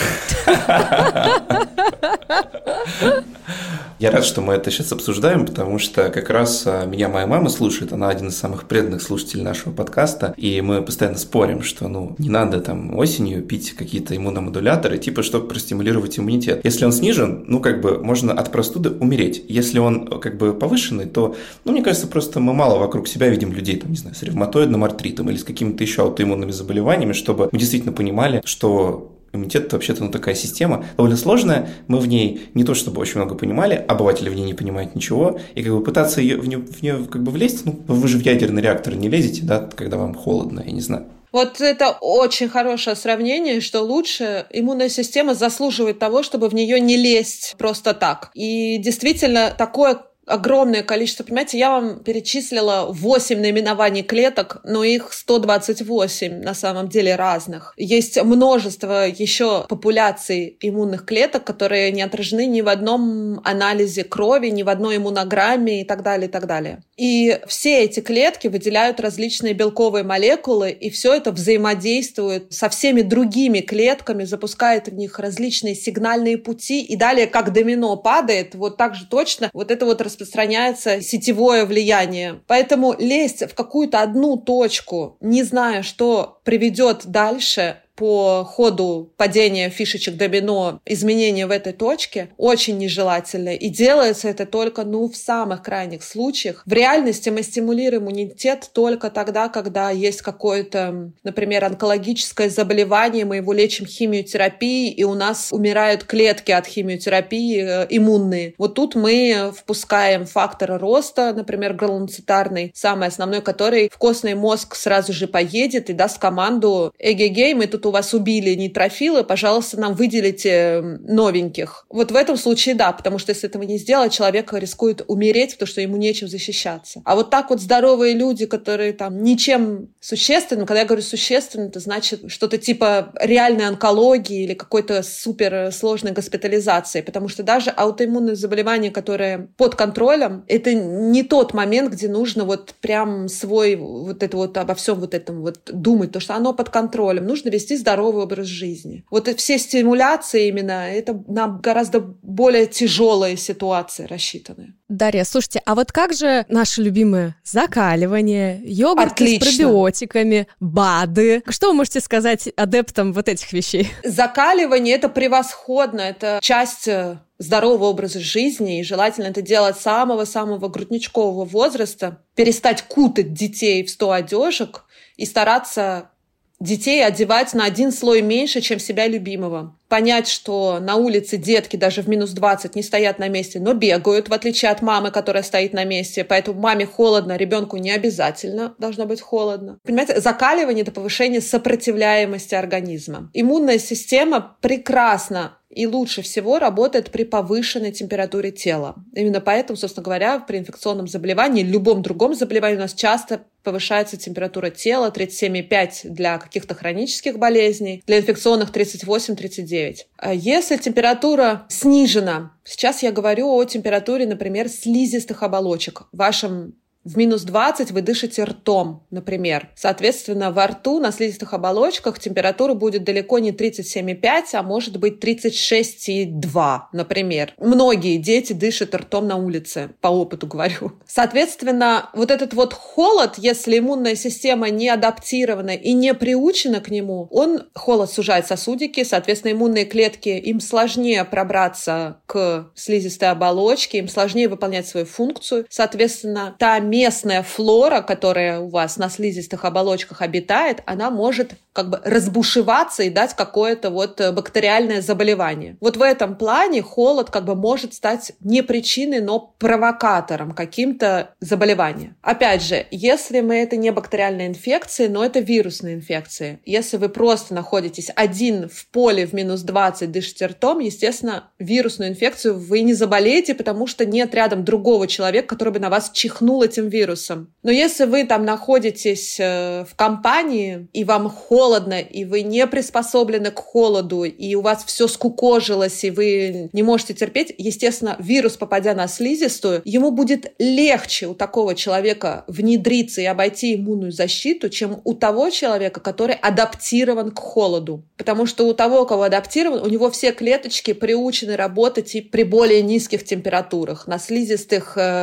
Я рад, что мы это сейчас обсуждаем, потому что как раз меня моя мама слушает, она один из самых преданных слушателей нашего подкаста, и мы постоянно спорим, что не надо осенью пить какие-то иммуномодуляторы, чтобы простимулировать иммунитет. Если он снижен, можно от простуды умереть. Если он повышенный, то, мне кажется, просто мы мало вокруг себя видим людей, с ревматоидным артритом или с какими-то еще аутоиммунными заболеваниями, чтобы мы действительно понимали, что иммунитет – это вообще-то такая система довольно сложная, мы в ней не то чтобы очень много понимали, обыватели в ней не понимают ничего, и пытаться в нее влезть, вы же в ядерный реактор не лезете, да, когда вам холодно, я не знаю. Вот это очень хорошее сравнение, что лучше иммунная система заслуживает того, чтобы в нее не лезть просто так. И действительно такое огромное количество, понимаете, я вам перечислила 8 наименований клеток, но их 128 на самом деле разных. Есть множество еще популяций иммунных клеток, которые не отражены ни в одном анализе крови, ни в одной иммунограмме и так далее, и так далее. И все эти клетки выделяют различные белковые молекулы, и все это взаимодействует со всеми другими клетками, запускает в них различные сигнальные пути, и далее, как домино падает, вот так же точно вот это распространяется сетевое влияние. Поэтому лезть в какую-то одну точку, не зная, что приведет дальше по ходу падения фишечек домино, изменения в этой точке, очень нежелательно. И делается это только, в самых крайних случаях. В реальности мы стимулируем иммунитет только тогда, когда есть какое-то, например, онкологическое заболевание, мы его лечим химиотерапией, и у нас умирают клетки от химиотерапии иммунные. Вот тут мы впускаем фактор роста, например, гранулоцитарный, самый основной, который в костный мозг сразу же поедет и даст команду: эгегей, мы тут у вас убили нейтрофилы, пожалуйста, нам выделите новеньких. Вот в этом случае да, потому что если этого не сделать, человек рискует умереть, потому что ему нечем защищаться. А вот так вот здоровые люди, которые ничем существенным, когда я говорю существенным, это значит что-то типа реальной онкологии или какой-то суперсложной госпитализации, потому что даже аутоиммунные заболевания, которые под контролем, это не тот момент, где нужно прям свой обо всем этом думать, то что оно под контролем. Нужно вести здоровый образ жизни. Все стимуляции именно, это на гораздо более тяжелые ситуации рассчитаны. Дарья, слушайте, а как же наше любимое закаливание, йогурты с пробиотиками, БАДы? Что вы можете сказать адептам этих вещей? Закаливание – это превосходно, это часть здорового образа жизни, и желательно это делать с самого-самого грудничкового возраста, перестать кутать детей в 100 одежек и стараться детей одевать на 1 слой меньше, чем себя любимого. Понять, что на улице детки даже в минус 20 не стоят на месте, но бегают, в отличие от мамы, которая стоит на месте. Поэтому маме холодно, ребенку не обязательно должно быть холодно. Понимаете, закаливание – это повышение сопротивляемости организма. Иммунная система прекрасно и лучше всего работает при повышенной температуре тела. Именно поэтому, собственно говоря, при инфекционном заболевании, любом другом заболевании у нас часто повышается температура тела 37,5 для каких-то хронических болезней, для инфекционных 38-39. Если температура снижена, сейчас я говорю о температуре, например, слизистых оболочек, в минус 20 вы дышите ртом, например. Соответственно, во рту на слизистых оболочках температура будет далеко не 37,5, а может быть 36,2, например. Многие дети дышат ртом на улице, по опыту говорю. Соответственно, вот этот вот холод, если иммунная система не адаптирована и не приучена к нему, холод сужает сосудики, соответственно, иммунные клетки, им сложнее пробраться к слизистой оболочке, им сложнее выполнять свою функцию. Соответственно, та местная флора, которая у вас на слизистых оболочках обитает, она может как бы разбушеваться и дать какое-то вот бактериальное заболевание. Вот в этом плане холод как бы может стать не причиной, но провокатором каким-то заболевания. Опять же, если это не бактериальные инфекции, но это вирусные инфекции. Если вы просто находитесь один в поле в минус 20, дышите ртом, естественно, вирусную инфекцию вы не заболеете, потому что нет рядом другого человека, который бы на вас чихнул этим вирусом. Но если вы там находитесь в компании, и вам холодно, и вы не приспособлены к холоду, и у вас все скукожилось, и вы не можете терпеть, естественно, вирус, попадя на слизистую, ему будет легче у такого человека внедриться и обойти иммунную защиту, чем у того человека, который адаптирован к холоду. Потому что у того, кого адаптирован, у него все клеточки приучены работать и при более низких температурах. На слизистые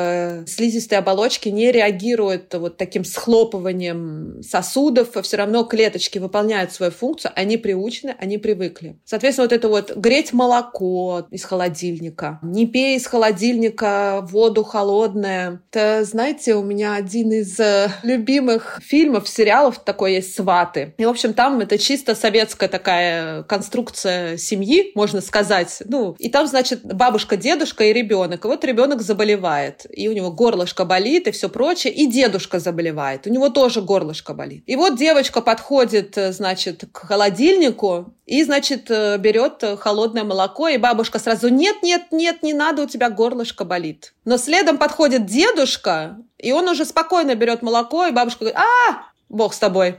оболочки не реагируют вот таким схлопыванием сосудов, все равно клеточки выполняют свою функцию, они приучены, они привыкли. Соответственно, вот это вот греть молоко из холодильника, не пей из холодильника воду холодную. Это, знаете, у меня один из любимых фильмов, сериалов такой есть «Сваты». И, в общем, там это чисто советская такая конструкция семьи, можно сказать. И там, значит, бабушка, дедушка и ребенок. И вот ребенок заболевает, и у него горлышко болит, и все прочее, и дедушка заболевает, у него тоже горлышко болит. И вот девочка подходит, значит, к холодильнику и, значит, берет холодное молоко, и бабушка сразу: нет, не надо, у тебя горлышко болит. Но следом подходит дедушка, и он уже спокойно берет молоко, и бабушка говорит: бог с тобой.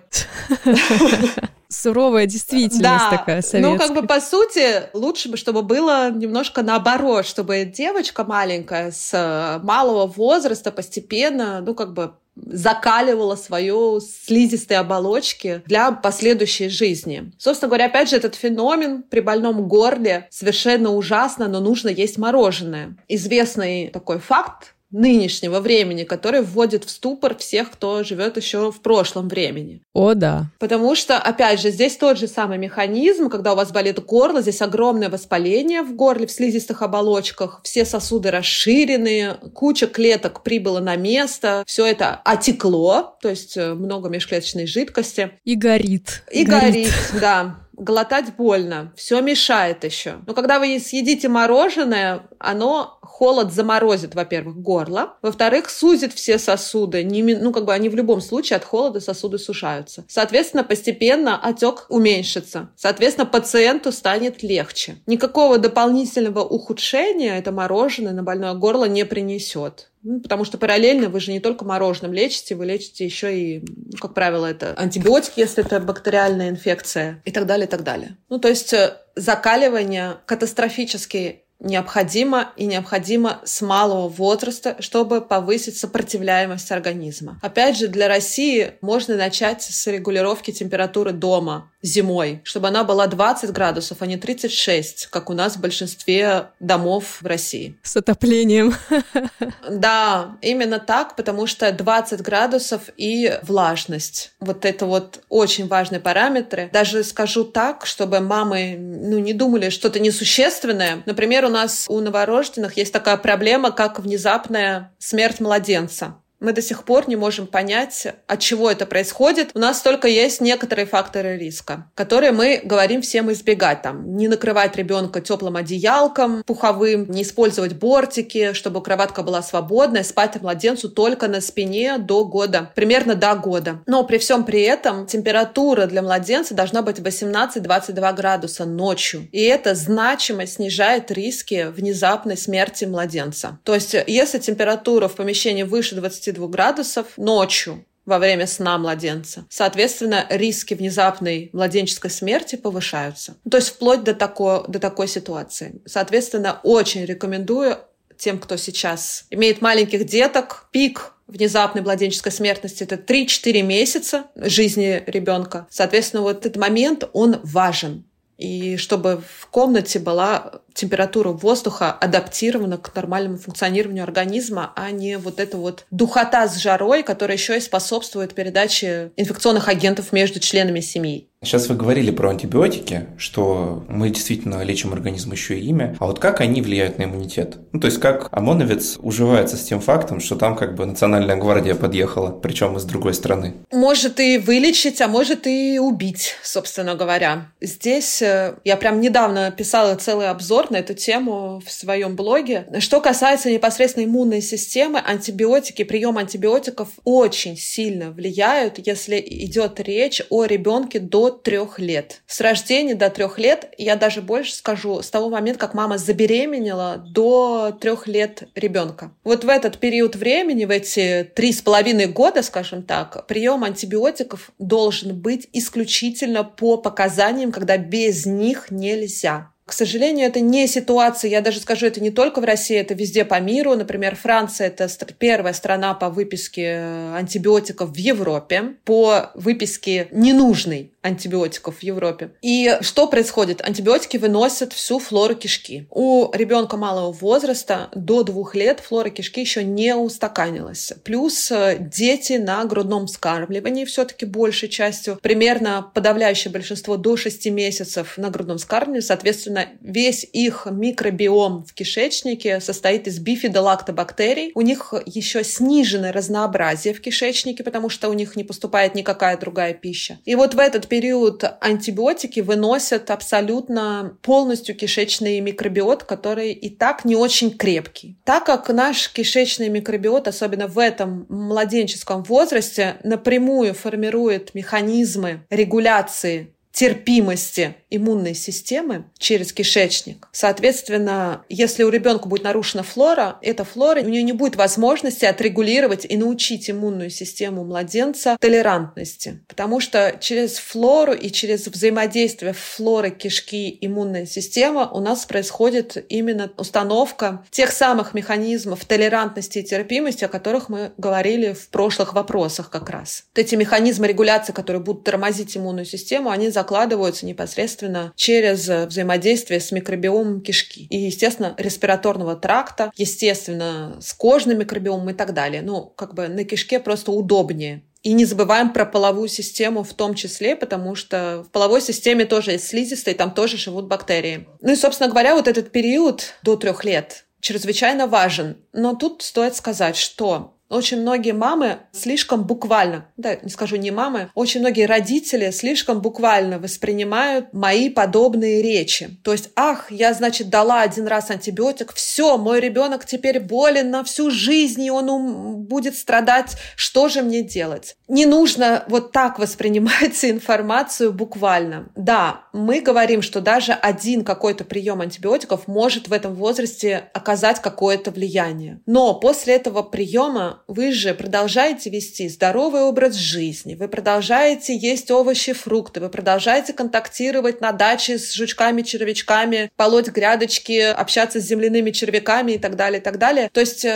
Суровая действительность такая советская. По сути, лучше бы, чтобы было немножко наоборот, чтобы девочка маленькая с малого возраста постепенно, закаливала свою слизистые оболочки для последующей жизни. Собственно говоря, опять же, этот феномен при больном горле совершенно ужасно, но нужно есть мороженое. Известный такой факт нынешнего времени, который вводит в ступор всех, кто живет еще в прошлом времени. О, да. Потому что, опять же, здесь тот же самый механизм, когда у вас болит горло, здесь огромное воспаление в горле, в слизистых оболочках, все сосуды расширены, куча клеток прибыла на место, все это отекло, то есть много межклеточной жидкости. И горит. Да. Глотать больно, все мешает еще. Но когда вы съедите мороженое, холод заморозит, во-первых, горло, во-вторых, сузит все сосуды. Они в любом случае от холода сосуды сушаются. Соответственно, постепенно отек уменьшится. Соответственно, пациенту станет легче. Никакого дополнительного ухудшения это мороженое на больное горло не принесет. Потому что параллельно вы же не только мороженым лечите, вы лечите еще и, как правило, это антибиотики, если это бактериальная инфекция, и так далее, и так далее. То есть закаливание катастрофически необходимо с малого возраста, чтобы повысить сопротивляемость организма. Опять же, для России можно начать с регулировки температуры дома зимой, чтобы она была 20 градусов, а не 36, как у нас в большинстве домов в России. С отоплением. Да, именно так, потому что 20 градусов и влажность. Вот это вот очень важные параметры. Даже скажу так, чтобы мамы не думали что-то несущественное. Например, у нас у новорожденных есть такая проблема, как внезапная смерть младенца. Мы до сих пор не можем понять, от чего это происходит. У нас только есть некоторые факторы риска, которые мы говорим всем избегать. Не накрывать ребенка теплым одеялком пуховым, не использовать бортики, чтобы кроватка была свободная, спать младенцу только на спине до года, примерно до года. Но при всем при этом температура для младенца должна быть 18-22 градуса ночью. И это значимо снижает риски внезапной смерти младенца. То есть, если температура в помещении выше 22 градусов ночью, во время сна младенца, соответственно, риски внезапной младенческой смерти повышаются. То есть вплоть до такой ситуации. Соответственно, очень рекомендую тем, кто сейчас имеет маленьких деток, пик внезапной младенческой смертности — это 3-4 месяца жизни ребенка. Соответственно, вот этот момент, он важен. И чтобы в комнате была температура воздуха адаптирована к нормальному функционированию организма, а не вот эта вот духота с жарой, которая еще и способствует передаче инфекционных агентов между членами семьи. Сейчас вы говорили про антибиотики, что мы действительно лечим организм еще и ими. А вот как они влияют на иммунитет? То есть как ОМОНовец уживается с тем фактом, что там Национальная гвардия подъехала, причем из другой страны? Может и вылечить, а может и убить, собственно говоря. Здесь я прям недавно писала целый обзор на эту тему в своем блоге. Что касается непосредственно иммунной системы, антибиотики, прием антибиотиков очень сильно влияют, если идет речь о ребенке до 3 лет. С рождения до 3 лет, я даже больше скажу, с того момента, как мама забеременела, до 3 лет ребенка. Вот в этот период времени, в эти 3,5 года, скажем так, прием антибиотиков должен быть исключительно по показаниям, когда без них нельзя. К сожалению, это не ситуация, я даже скажу, это не только в России, это везде по миру. Например, Франция — это первая страна по выписке антибиотиков в Европе, по выписке ненужной антибиотиков в Европе. И что происходит? Антибиотики выносят всю флору кишки. У ребенка малого возраста до 2 лет флора кишки еще не устаканилась. Плюс дети на грудном вскармливании все-таки большей частью, примерно подавляющее большинство до 6 месяцев на грудном вскармливании, соответственно, весь их микробиом в кишечнике состоит из бифидолактобактерий. У них еще сниженное разнообразие в кишечнике, потому что у них не поступает никакая другая пища. И вот в этот период антибиотики выносят абсолютно полностью кишечный микробиот, который и так не очень крепкий. Так как наш кишечный микробиот, особенно в этом младенческом возрасте, напрямую формирует механизмы регуляции терпимости иммунной системы через кишечник. Соответственно, если у ребенка будет нарушена флора, эта флора, у нее не будет возможности отрегулировать и научить иммунную систему младенца толерантности. Потому что через флору и через взаимодействие флоры, кишки, иммунная система у нас происходит именно установка тех самых механизмов толерантности и терпимости, о которых мы говорили в прошлых вопросах как раз. Вот эти механизмы регуляции, которые будут тормозить иммунную систему, они закладываются непосредственно через взаимодействие с микробиомом кишки. И, естественно, респираторного тракта, естественно, с кожным микробиомом и так далее. На кишке просто удобнее. И не забываем про половую систему в том числе, потому что в половой системе тоже есть слизистые, там тоже живут бактерии. И, собственно говоря, вот этот период до 3 лет чрезвычайно важен. Но тут стоит сказать, что очень многие мамы слишком буквально, не скажу не мамы, очень многие родители слишком буквально воспринимают мои подобные речи. То есть, я, дала 1 раз антибиотик, все, мой ребенок теперь болен на всю жизнь, и он будет страдать, что же мне делать? Не нужно вот так воспринимать информацию буквально. Да, мы говорим, что даже 1 какой-то прием антибиотиков может в этом возрасте оказать какое-то влияние. Но после этого приема вы же продолжаете вести здоровый образ жизни, вы продолжаете есть овощи, фрукты, вы продолжаете контактировать на даче с жучками, червячками, полоть грядочки, общаться с земляными червяками и так далее, и так далее. То есть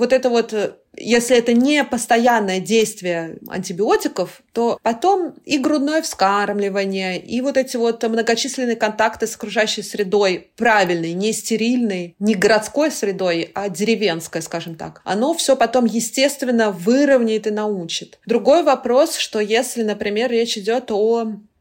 если это не постоянное действие антибиотиков, то потом и грудное вскармливание, и вот эти многочисленные контакты с окружающей средой, правильной, не стерильной, не городской средой, а деревенской, скажем так, оно все потом, естественно, выровняет и научит. Другой вопрос, что если, например, речь идет о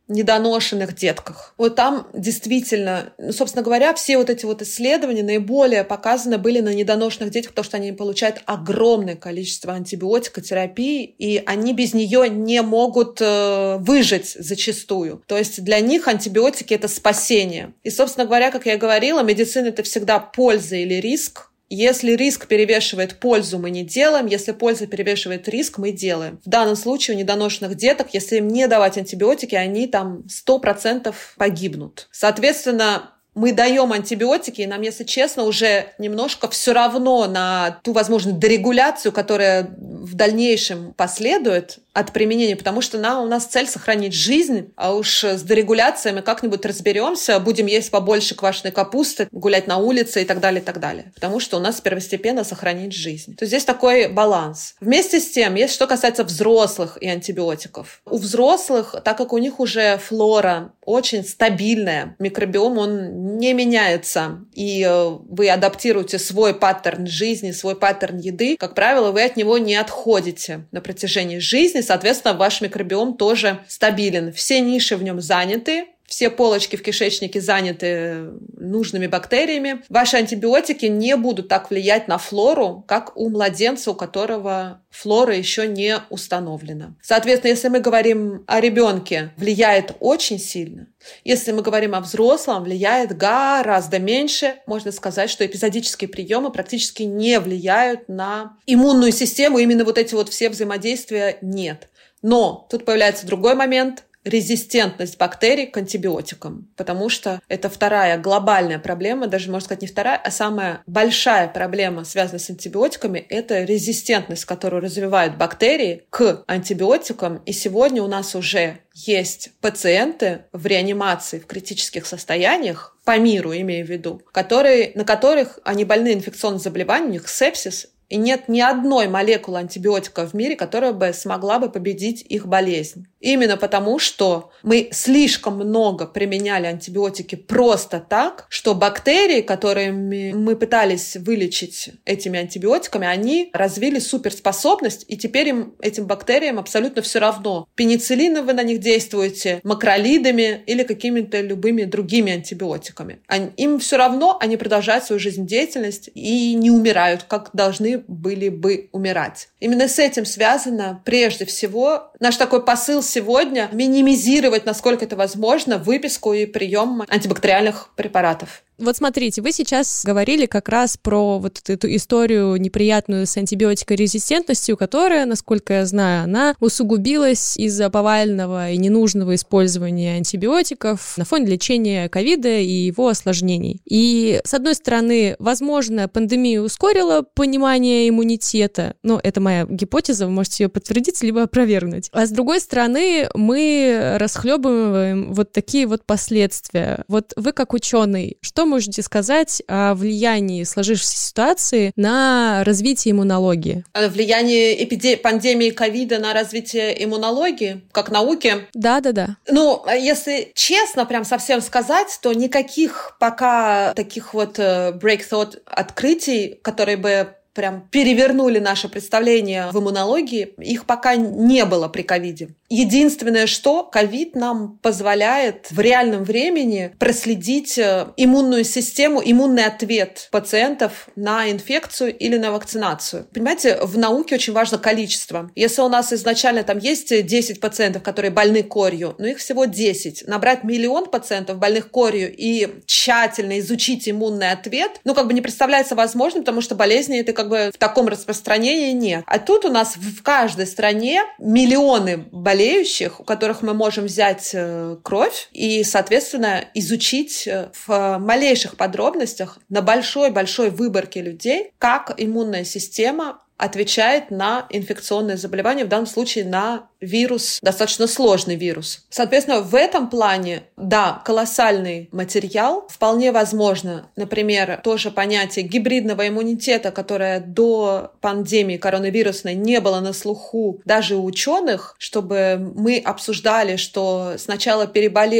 недоношенных детках. Вот там действительно, собственно говоря, все вот эти вот исследования наиболее показаны были на недоношенных детях, потому что они получают огромное количество антибиотикотерапии, и они без нее не могут выжить зачастую. То есть для них антибиотики — это спасение. И, собственно говоря, как я и говорила, медицина — это всегда польза или риск. Если риск перевешивает пользу, мы не делаем. Если польза перевешивает риск, мы делаем. В данном случае у недоношенных деток, если им не давать антибиотики, они там 100% погибнут. Соответственно, мы даем антибиотики, и нам, если честно, уже немножко все равно на ту возможную дерегуляцию, которая в дальнейшем последует от применения, потому что у нас цель сохранить жизнь, а уж с дерегуляцией мы как-нибудь разберемся, будем есть побольше квашеной капусты, гулять на улице и так далее, и так далее. Потому что у нас первостепенно сохранить жизнь. То есть здесь такой баланс. Вместе с тем, есть что касается взрослых и антибиотиков. У взрослых, так как у них уже флора очень стабильная, микробиом, он не меняется, и вы адаптируете свой паттерн жизни, свой паттерн еды, как правило, вы от него не отходите на протяжении жизни, соответственно, ваш микробиом тоже стабилен. Все ниши в нем заняты, все полочки в кишечнике заняты нужными бактериями. Ваши антибиотики не будут так влиять на флору, как у младенца, у которого флора еще не установлена. Соответственно, если мы говорим о ребенке, влияет очень сильно. Если мы говорим о взрослом, влияет гораздо меньше. Можно сказать, что эпизодические приемы практически не влияют на иммунную систему. Именно вот эти вот все взаимодействия нет. Но тут появляется другой момент – резистентность бактерий к антибиотикам, потому что это вторая глобальная проблема, даже, можно сказать, не вторая, а самая большая проблема, связанная с антибиотиками, это резистентность, которую развивают бактерии к антибиотикам. И сегодня у нас уже есть пациенты в реанимации, в критических состояниях, по миру имею в виду, на которых они больны инфекционным заболеванием, у них сепсис, и нет ни одной молекулы антибиотика в мире, которая бы смогла бы победить их болезнь. Именно потому, что мы слишком много применяли антибиотики просто так, что бактерии, которые мы пытались вылечить этими антибиотиками, они развили суперспособность, и теперь этим бактериям абсолютно все равно. Пенициллином вы на них действуете, макролидами или какими-то любыми другими антибиотиками. Им все равно, они продолжают свою жизнедеятельность и не умирают, как должны были бы умирать. Именно с этим связано прежде всего наш такой посыл сегодня — минимизировать, насколько это возможно, выписку и прием антибактериальных препаратов. Вот смотрите, вы сейчас говорили как раз про вот эту историю неприятную с антибиотикорезистентностью, которая, насколько я знаю, она усугубилась из-за повального и ненужного использования антибиотиков на фоне лечения ковида и его осложнений. И, с одной стороны, возможно, пандемия ускорила понимание иммунитета, но это моя гипотеза, вы можете ее подтвердить либо опровергнуть. А с другой стороны, мы расхлебываем вот такие вот последствия. Вот вы как ученый, что можете сказать о влиянии сложившейся ситуации на развитие иммунологии? Влияние пандемии ковида на развитие иммунологии, как науки? Да. Ну, если честно прям совсем сказать, то никаких пока таких вот breakthrough открытий, которые бы прям перевернули наше представление в иммунологии, их пока не было при ковиде. Единственное, что ковид нам позволяет в реальном времени проследить иммунную систему, иммунный ответ пациентов на инфекцию или на вакцинацию. Понимаете, в науке очень важно количество. Если у нас изначально там есть 10 пациентов, которые больны корью, но их всего 10, набрать 1 миллион пациентов больных корью и тщательно изучить иммунный ответ, не представляется возможным, потому что болезни это в таком распространении нет. А тут у нас в каждой стране миллионы болеющих, у которых мы можем взять кровь и, соответственно, изучить в малейших подробностях на большой-большой выборке людей, как иммунная система отвечает на инфекционные заболевания, в данном случае на вирус, достаточно сложный вирус. Соответственно, в этом плане, да, колоссальный материал. Вполне возможно, например, тоже понятие гибридного иммунитета, которое до пандемии коронавирусной не было на слуху даже у ученых, чтобы мы обсуждали, что сначала переболел,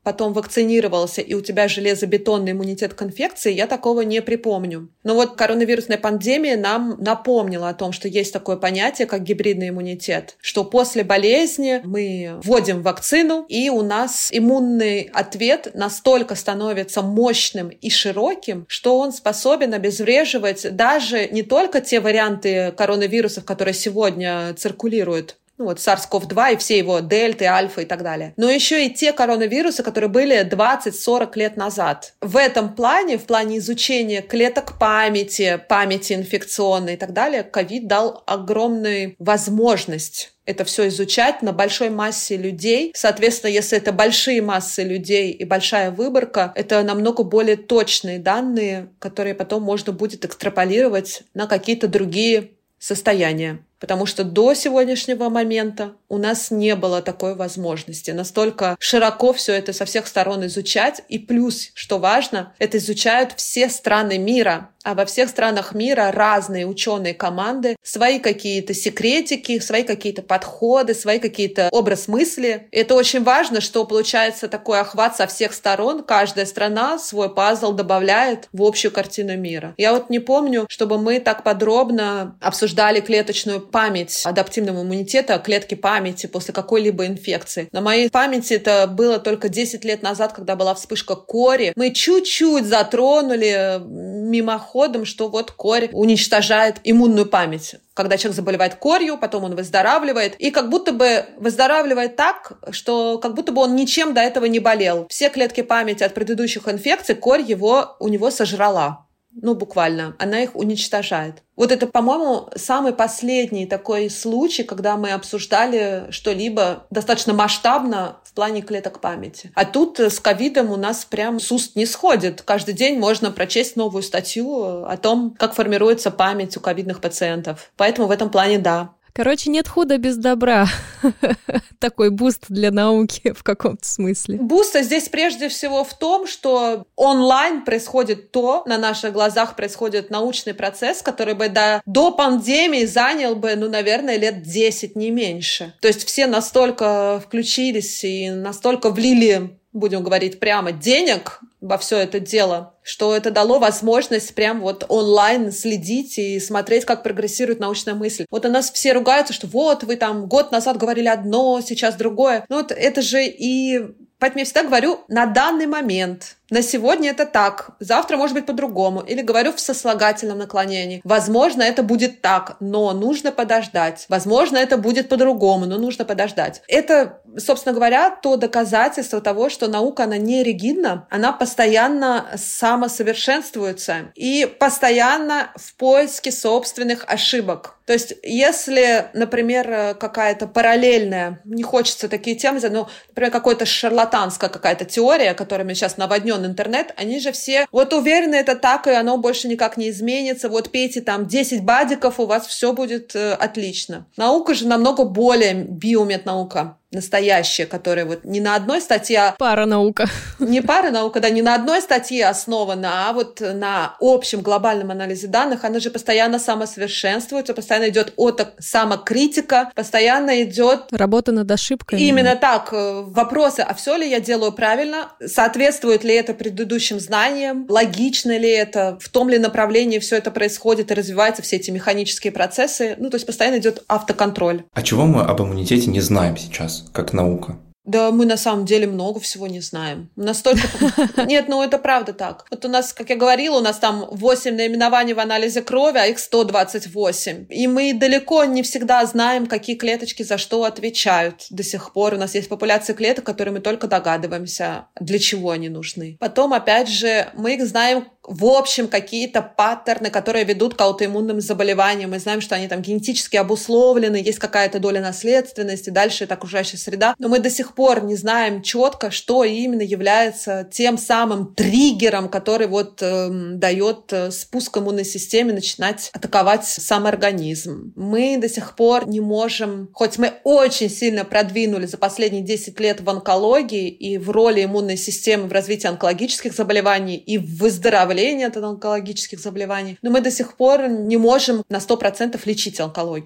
потом вакцинировался, и у тебя железобетонный иммунитет к инфекции, я такого не припомню. Но вот коронавирусная пандемия нам напомнила о том, что есть такое понятие, как гибридный иммунитет, что после болезни мы вводим вакцину, и у нас иммунный ответ настолько становится мощным и широким, что он способен обезвреживать даже не только те варианты коронавирусов, которые сегодня циркулируют, SARS-CoV-2 и все его дельты, альфа и так далее. Но еще и те коронавирусы, которые были 20-40 лет назад. В этом плане, в плане изучения клеток памяти инфекционной и так далее, ковид дал огромную возможность это все изучать на большой массе людей. Соответственно, если это большие массы людей и большая выборка, это намного более точные данные, которые потом можно будет экстраполировать на какие-то другие состояния. Потому что до сегодняшнего момента у нас не было такой возможности. Настолько широко все это со всех сторон изучать. И плюс, что важно, это изучают все страны мира. А во всех странах мира разные ученые команды, свои какие-то секретики, свои какие-то подходы, свои какие-то образ мысли. И это очень важно, что получается такой охват со всех сторон. Каждая страна свой пазл добавляет в общую картину мира. Я вот не помню, чтобы мы так подробно обсуждали клеточную память адаптивного иммунитета, клетки памяти после какой-либо инфекции. На моей памяти это было только 10 лет назад, когда была вспышка кори. Мы чуть-чуть затронули мимоходом, что вот корь уничтожает иммунную память. Когда человек заболевает корью, потом он выздоравливает. И как будто бы выздоравливает так, что как будто бы он ничем до этого не болел. Все клетки памяти от предыдущих инфекций корь у него сожрала. Буквально. Она их уничтожает. Вот это, по-моему, самый последний такой случай, когда мы обсуждали что-либо достаточно масштабно в плане клеток памяти. А тут с ковидом у нас прям с уст не сходит. Каждый день можно прочесть новую статью о том, как формируется память у ковидных пациентов. Поэтому в этом плане да. Короче, нет худа без добра. Такой буст для науки в каком-то смысле. Буст здесь прежде всего в том, что онлайн происходит на наших глазах происходит научный процесс, который бы до пандемии занял бы, наверное, лет 10, не меньше. То есть все настолько включились и настолько влили, будем говорить прямо, денег во все это дело, что это дало возможность прям вот онлайн следить и смотреть, как прогрессирует научная мысль. Вот у нас все ругаются, что вот вы там год назад говорили одно, сейчас другое. Это же и... Поэтому я всегда говорю на данный момент. На сегодня это так, завтра может быть по-другому. Или говорю в сослагательном наклонении. Возможно, это будет так, но нужно подождать. Возможно, это будет по-другому, но нужно подождать. Это, собственно говоря, то доказательство того, что наука, она не ригидна, она постоянно самосовершенствуется и постоянно в поиске собственных ошибок. То есть, если, например, какая-то параллельная, не хочется такие темы, но, например, какая-то шарлатанская какая-то теория, которыми сейчас наводнен интернет, они же все уверены, это так, и оно больше никак не изменится, пейте там 10 бадиков, у вас все будет отлично. Наука же намного более биомеднаука. Настоящая, которая не на одной статье... Паранаука. Не паранаука, да, не на одной статье основана, а на общем глобальном анализе данных. Она же постоянно самосовершенствуется, постоянно идет самокритика, постоянно идет... Работа над ошибками. Именно так. Вопросы, а все ли я делаю правильно? Соответствует ли это предыдущим знаниям? Логично ли это? В том ли направлении все это происходит и развиваются все эти механические процессы? То есть постоянно идет автоконтроль. А чего мы об иммунитете не знаем сейчас? Как наука? Да, мы на самом деле много всего не знаем. Настолько... Нет, это правда так. У нас, как я говорила, у нас там 8 наименований в анализе крови, а их 128. И мы далеко не всегда знаем, какие клеточки за что отвечают. До сих пор у нас есть популяция клеток, которые мы только догадываемся, для чего они нужны. Потом, опять же, мы их знаем в общем какие-то паттерны, которые ведут к аутоиммунным заболеваниям. Мы знаем, что они там генетически обусловлены, есть какая-то доля наследственности, дальше это окружающая среда. Но мы до сих пор не знаем четко, что именно является тем самым триггером, который дает спуск иммунной системе начинать атаковать сам организм. Мы до сих пор не можем, хоть мы очень сильно продвинули за последние 10 лет в онкологии и в роли иммунной системы в развитии онкологических заболеваний и в выздоровлении от онкологических заболеваний, но мы до сих пор не можем на 100% лечить онкологию.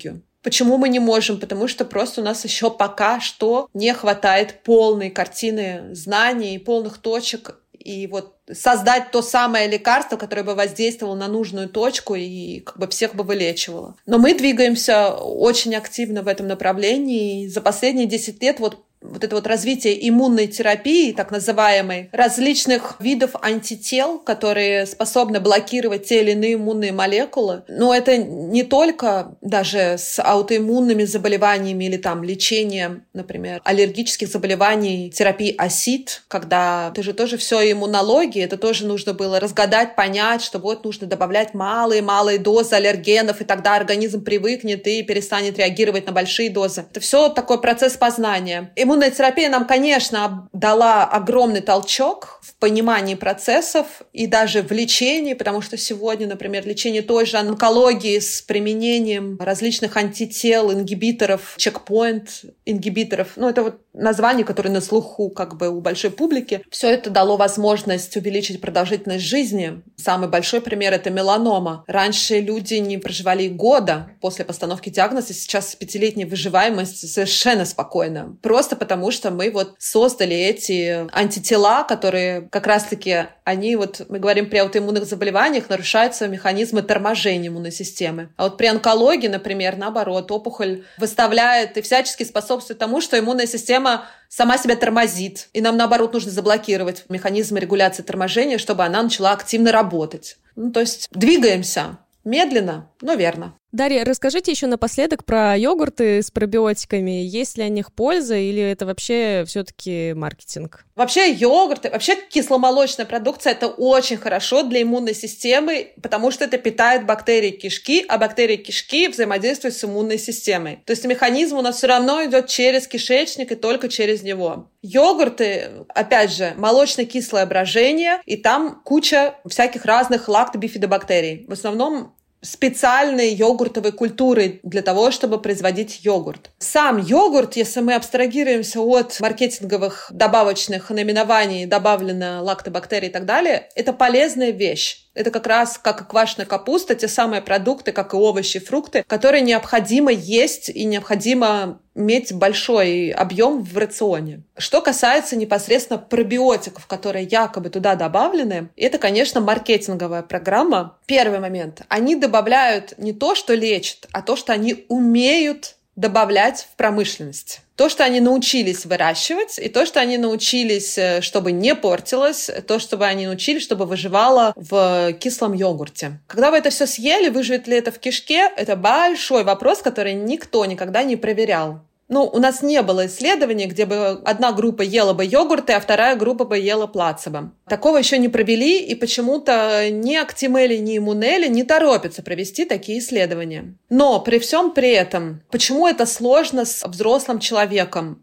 Почему мы не можем? Потому что просто у нас еще пока что не хватает полной картины знаний, полных точек, и вот создать то самое лекарство, которое бы воздействовало на нужную точку и как бы всех бы вылечивало. Но мы двигаемся очень активно в этом направлении. И за последние 10 лет вот это вот развитие иммунной терапии, так называемой, различных видов антител, которые способны блокировать те или иные иммунные молекулы. Но это не только даже с аутоиммунными заболеваниями или там лечением, например, аллергических заболеваний, терапии ОСИД, когда это же тоже все иммунология, это тоже нужно было разгадать, понять, что вот нужно добавлять малые дозы аллергенов, и тогда организм привыкнет и перестанет реагировать на большие дозы. Это все такой процесс познания. Иммунная терапия нам, конечно, дала огромный толчок в понимании процессов и даже в лечении, потому что сегодня, например, лечение той же онкологии с применением различных антител, ингибиторов, чекпоинт-ингибиторов, это вот названия, которые на слуху как бы у большой публики, все это дало возможность увеличить продолжительность жизни. Самый большой пример — это меланома. Раньше люди не проживали и года после постановки диагноза, сейчас 5-летняя выживаемость совершенно спокойна. Просто потому, что мы создали эти антитела, которые как раз-таки, мы говорим при аутоиммунных заболеваниях, нарушаются механизмы торможения иммунной системы. А вот при онкологии, например, наоборот, опухоль выставляет и всячески способствует тому, что иммунная система сама себя тормозит. И нам, наоборот, нужно заблокировать механизмы регуляции торможения, чтобы она начала активно работать. То есть двигаемся медленно, но верно. Дарья, расскажите еще напоследок про йогурты с пробиотиками. Есть ли о них польза или это вообще все-таки маркетинг? Вообще йогурты, вообще кисломолочная продукция — это очень хорошо для иммунной системы, потому что это питает бактерии кишки, а бактерии кишки взаимодействуют с иммунной системой. То есть механизм у нас все равно идет через кишечник и только через него. Йогурты, опять же, молочно-кислое брожение, и там куча всяких разных лактобифидобактерий. В основном специальные йогуртовые культуры для того, чтобы производить йогурт. Сам йогурт, если мы абстрагируемся от маркетинговых добавочных наименований, добавлено лактобактерий и так далее, это полезная вещь. Это как раз как и квашеная капуста, те самые продукты, как и овощи, фрукты, которые необходимо есть и необходимо иметь большой объем в рационе. Что касается непосредственно пробиотиков, которые якобы туда добавлены, это, конечно, маркетинговая программа. Первый момент. Они добавляют не то, что лечат, а то, что они умеют добавлять в промышленность. То, что они научились выращивать, и то, что они научились, чтобы не портилось, то, что они научились, чтобы выживало в кислом йогурте. Когда вы это все съели, выживет ли это в кишке, это большой вопрос, который никто никогда не проверял. У нас не было исследований, где бы одна группа ела бы йогурты, а вторая группа бы ела плацебо. Такого еще не провели, и почему-то ни Актимели, ни Иммунели не торопятся провести такие исследования. Но при всем при этом, почему это сложно с взрослым человеком?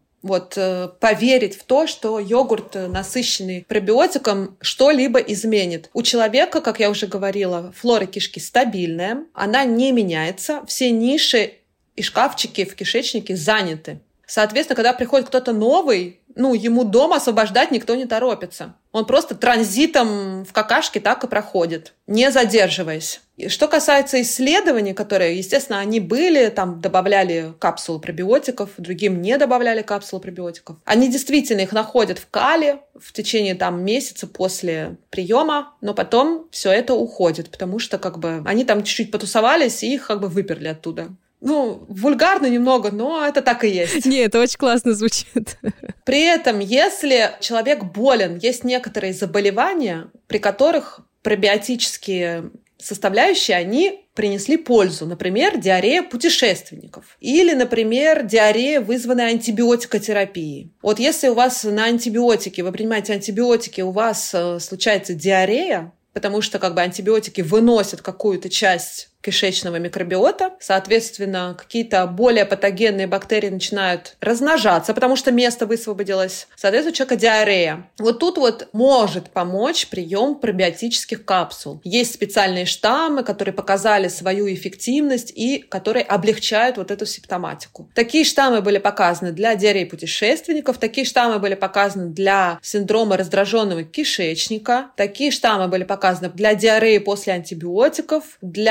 Поверить в то, что йогурт, насыщенный пробиотиком, что-либо изменит. У человека, как я уже говорила, флора кишки стабильная, она не меняется, все ниши и шкафчики в кишечнике заняты. Соответственно, когда приходит кто-то новый, ему дом освобождать никто не торопится. Он просто транзитом в какашке так и проходит, не задерживаясь. И что касается исследований, которые, естественно, они были, там добавляли капсулы пробиотиков, другим не добавляли капсулы пробиотиков. Они действительно их находят в кале в течение месяца после приема, но потом все это уходит, потому что они там чуть-чуть потусовались и их выперли оттуда. Вульгарно немного, но это так и есть. Нет, это очень классно звучит. При этом, если человек болен, есть некоторые заболевания, при которых пробиотические составляющие, они принесли пользу. Например, диарея путешественников. Или, например, диарея, вызванная антибиотикотерапией. Если у вас на антибиотики, вы принимаете антибиотики, у вас случается диарея, потому что антибиотики выносят какую-то часть кишечного микробиота, соответственно, какие-то более патогенные бактерии начинают размножаться, потому что место высвободилось. Соответственно, у человека диарея. Тут может помочь прием пробиотических капсул. Есть специальные штаммы, которые показали свою эффективность и которые облегчают эту симптоматику. Такие штаммы были показаны для диареи путешественников, такие штаммы были показаны для синдрома раздраженного кишечника, такие штаммы были показаны для диареи после антибиотиков, для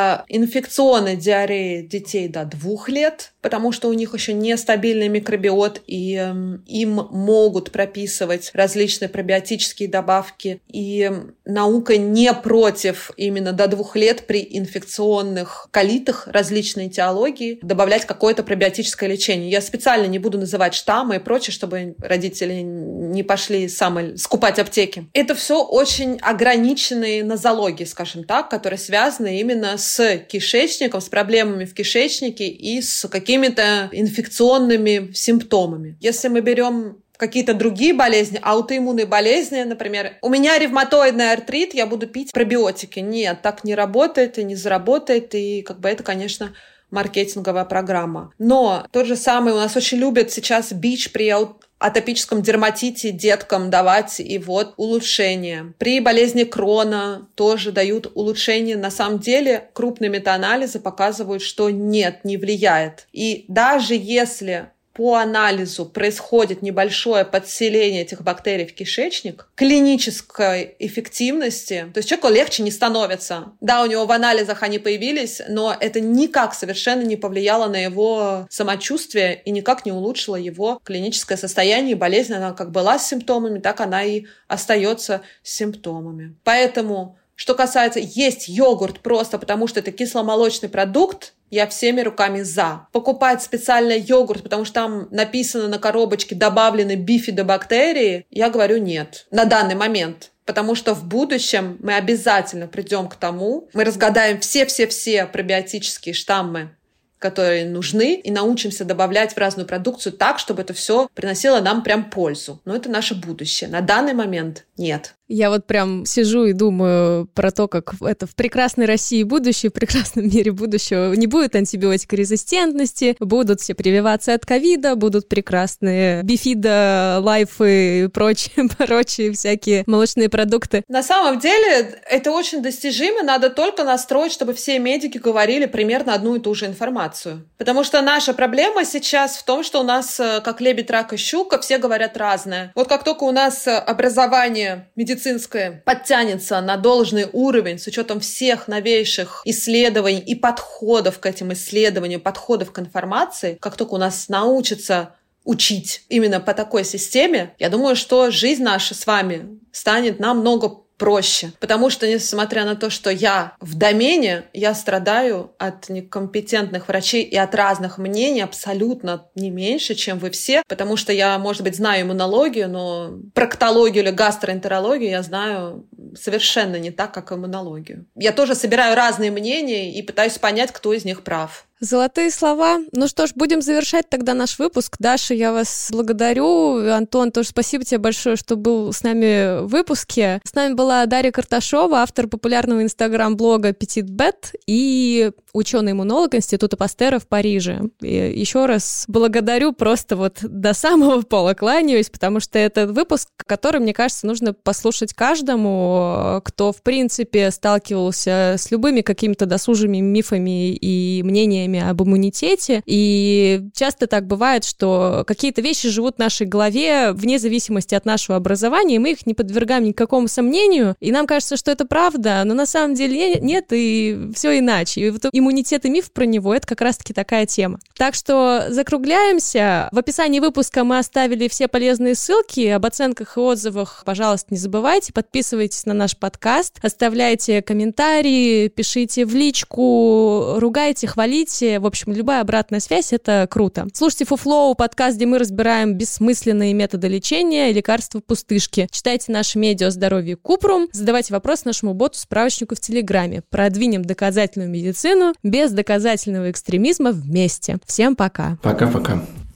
это инфекционная диарея детей до 2 лет, потому что у них еще нестабильный микробиот, и им могут прописывать различные пробиотические добавки. И наука не против именно до 2 лет при инфекционных колитах различной этиологии добавлять какое-то пробиотическое лечение. Я специально не буду называть штаммы и прочее, чтобы родители не пошли сами скупать аптеки. Это все очень ограниченные нозологии, скажем так, которые связаны именно с кишечником, с проблемами в кишечнике и с какими-то инфекционными симптомами. Если мы берем какие-то другие болезни, аутоиммунные болезни, например, у меня ревматоидный артрит, я буду пить пробиотики. Нет, так не работает и не заработает, и это, конечно, маркетинговая программа. Но тот же самый у нас очень любят сейчас БИЧ при атопическом дерматите деткам давать, и улучшение. При болезни Крона тоже дают улучшение. На самом деле крупные метаанализы показывают, что нет, не влияет. И даже если по анализу происходит небольшое подселение этих бактерий в кишечник, клинической эффективности, то есть человеку легче не становится. Да, у него в анализах они появились, но это никак совершенно не повлияло на его самочувствие и никак не улучшило его клиническое состояние. Болезнь, она как была с симптомами, так она и остается с симптомами. Поэтому, что касается есть йогурт просто потому, что это кисломолочный продукт, я всеми руками за. Покупать специальный йогурт, потому что там написано на коробочке добавлены бифидобактерии, я говорю нет. На данный момент. Потому что в будущем мы обязательно придем к тому, мы разгадаем все пробиотические штаммы, которые нужны, и научимся добавлять в разную продукцию так, чтобы это все приносило нам прям пользу. Но это наше будущее. На данный момент нет. Я прям сижу и думаю про то, как это в прекрасной России будущее, в прекрасном мире будущего не будет антибиотикорезистентности, будут все прививаться от ковида, будут прекрасные бифидо, лайфы и прочие всякие молочные продукты. На самом деле это очень достижимо, надо только настроить, чтобы все медики говорили примерно одну и ту же информацию. Потому что наша проблема сейчас в том, что у нас, как лебедь, рак и щука, все говорят разное. Как только у нас образование медицинское подтянется на должный уровень с учетом всех новейших исследований и подходов к этим исследованиям, подходов к информации, как только у нас научатся учить именно по такой системе, я думаю, что жизнь наша с вами станет намного проще. Потому что, несмотря на то, что я в домене, я страдаю от некомпетентных врачей и от разных мнений абсолютно не меньше, чем вы все. Потому что я, может быть, знаю иммунологию, но проктологию или гастроэнтерологию я знаю совершенно не так, как иммунологию. Я тоже собираю разные мнения и пытаюсь понять, кто из них прав. Золотые слова. Ну что ж, будем завершать тогда наш выпуск. Даша, я вас благодарю. Антон, тоже спасибо тебе большое, что был с нами в выпуске. С нами была Дарья Карташова, автор популярного инстаграм-блога Petit Bet и ученый-иммунолог Института Пастера в Париже. И еще раз благодарю, просто до самого пола кланяюсь, потому что это выпуск, который, мне кажется, нужно послушать каждому, кто, в принципе, сталкивался с любыми какими-то досужими мифами и мнениями об иммунитете. И часто так бывает, что какие-то вещи живут в нашей голове вне зависимости от нашего образования, и мы их не подвергаем никакому сомнению. И нам кажется, что это правда, но на самом деле нет, и все иначе. И иммунитет и миф про него — это как раз-таки такая тема. Так что закругляемся. В описании выпуска мы оставили все полезные ссылки. Об оценках и отзывах, пожалуйста, не забывайте. Подписывайтесь на наш подкаст, оставляйте комментарии, пишите в личку, ругайте, хвалите. В общем, любая обратная связь — это круто. Слушайте Фуфлоу, подкаст, где мы разбираем бессмысленные методы лечения и лекарства-пустышки. Читайте наши медиа «Здоровье Купрум», задавайте вопросы нашему боту-справочнику в Телеграме. Продвинем доказательную медицину без доказательного экстремизма вместе. Всем пока. Пока-пока.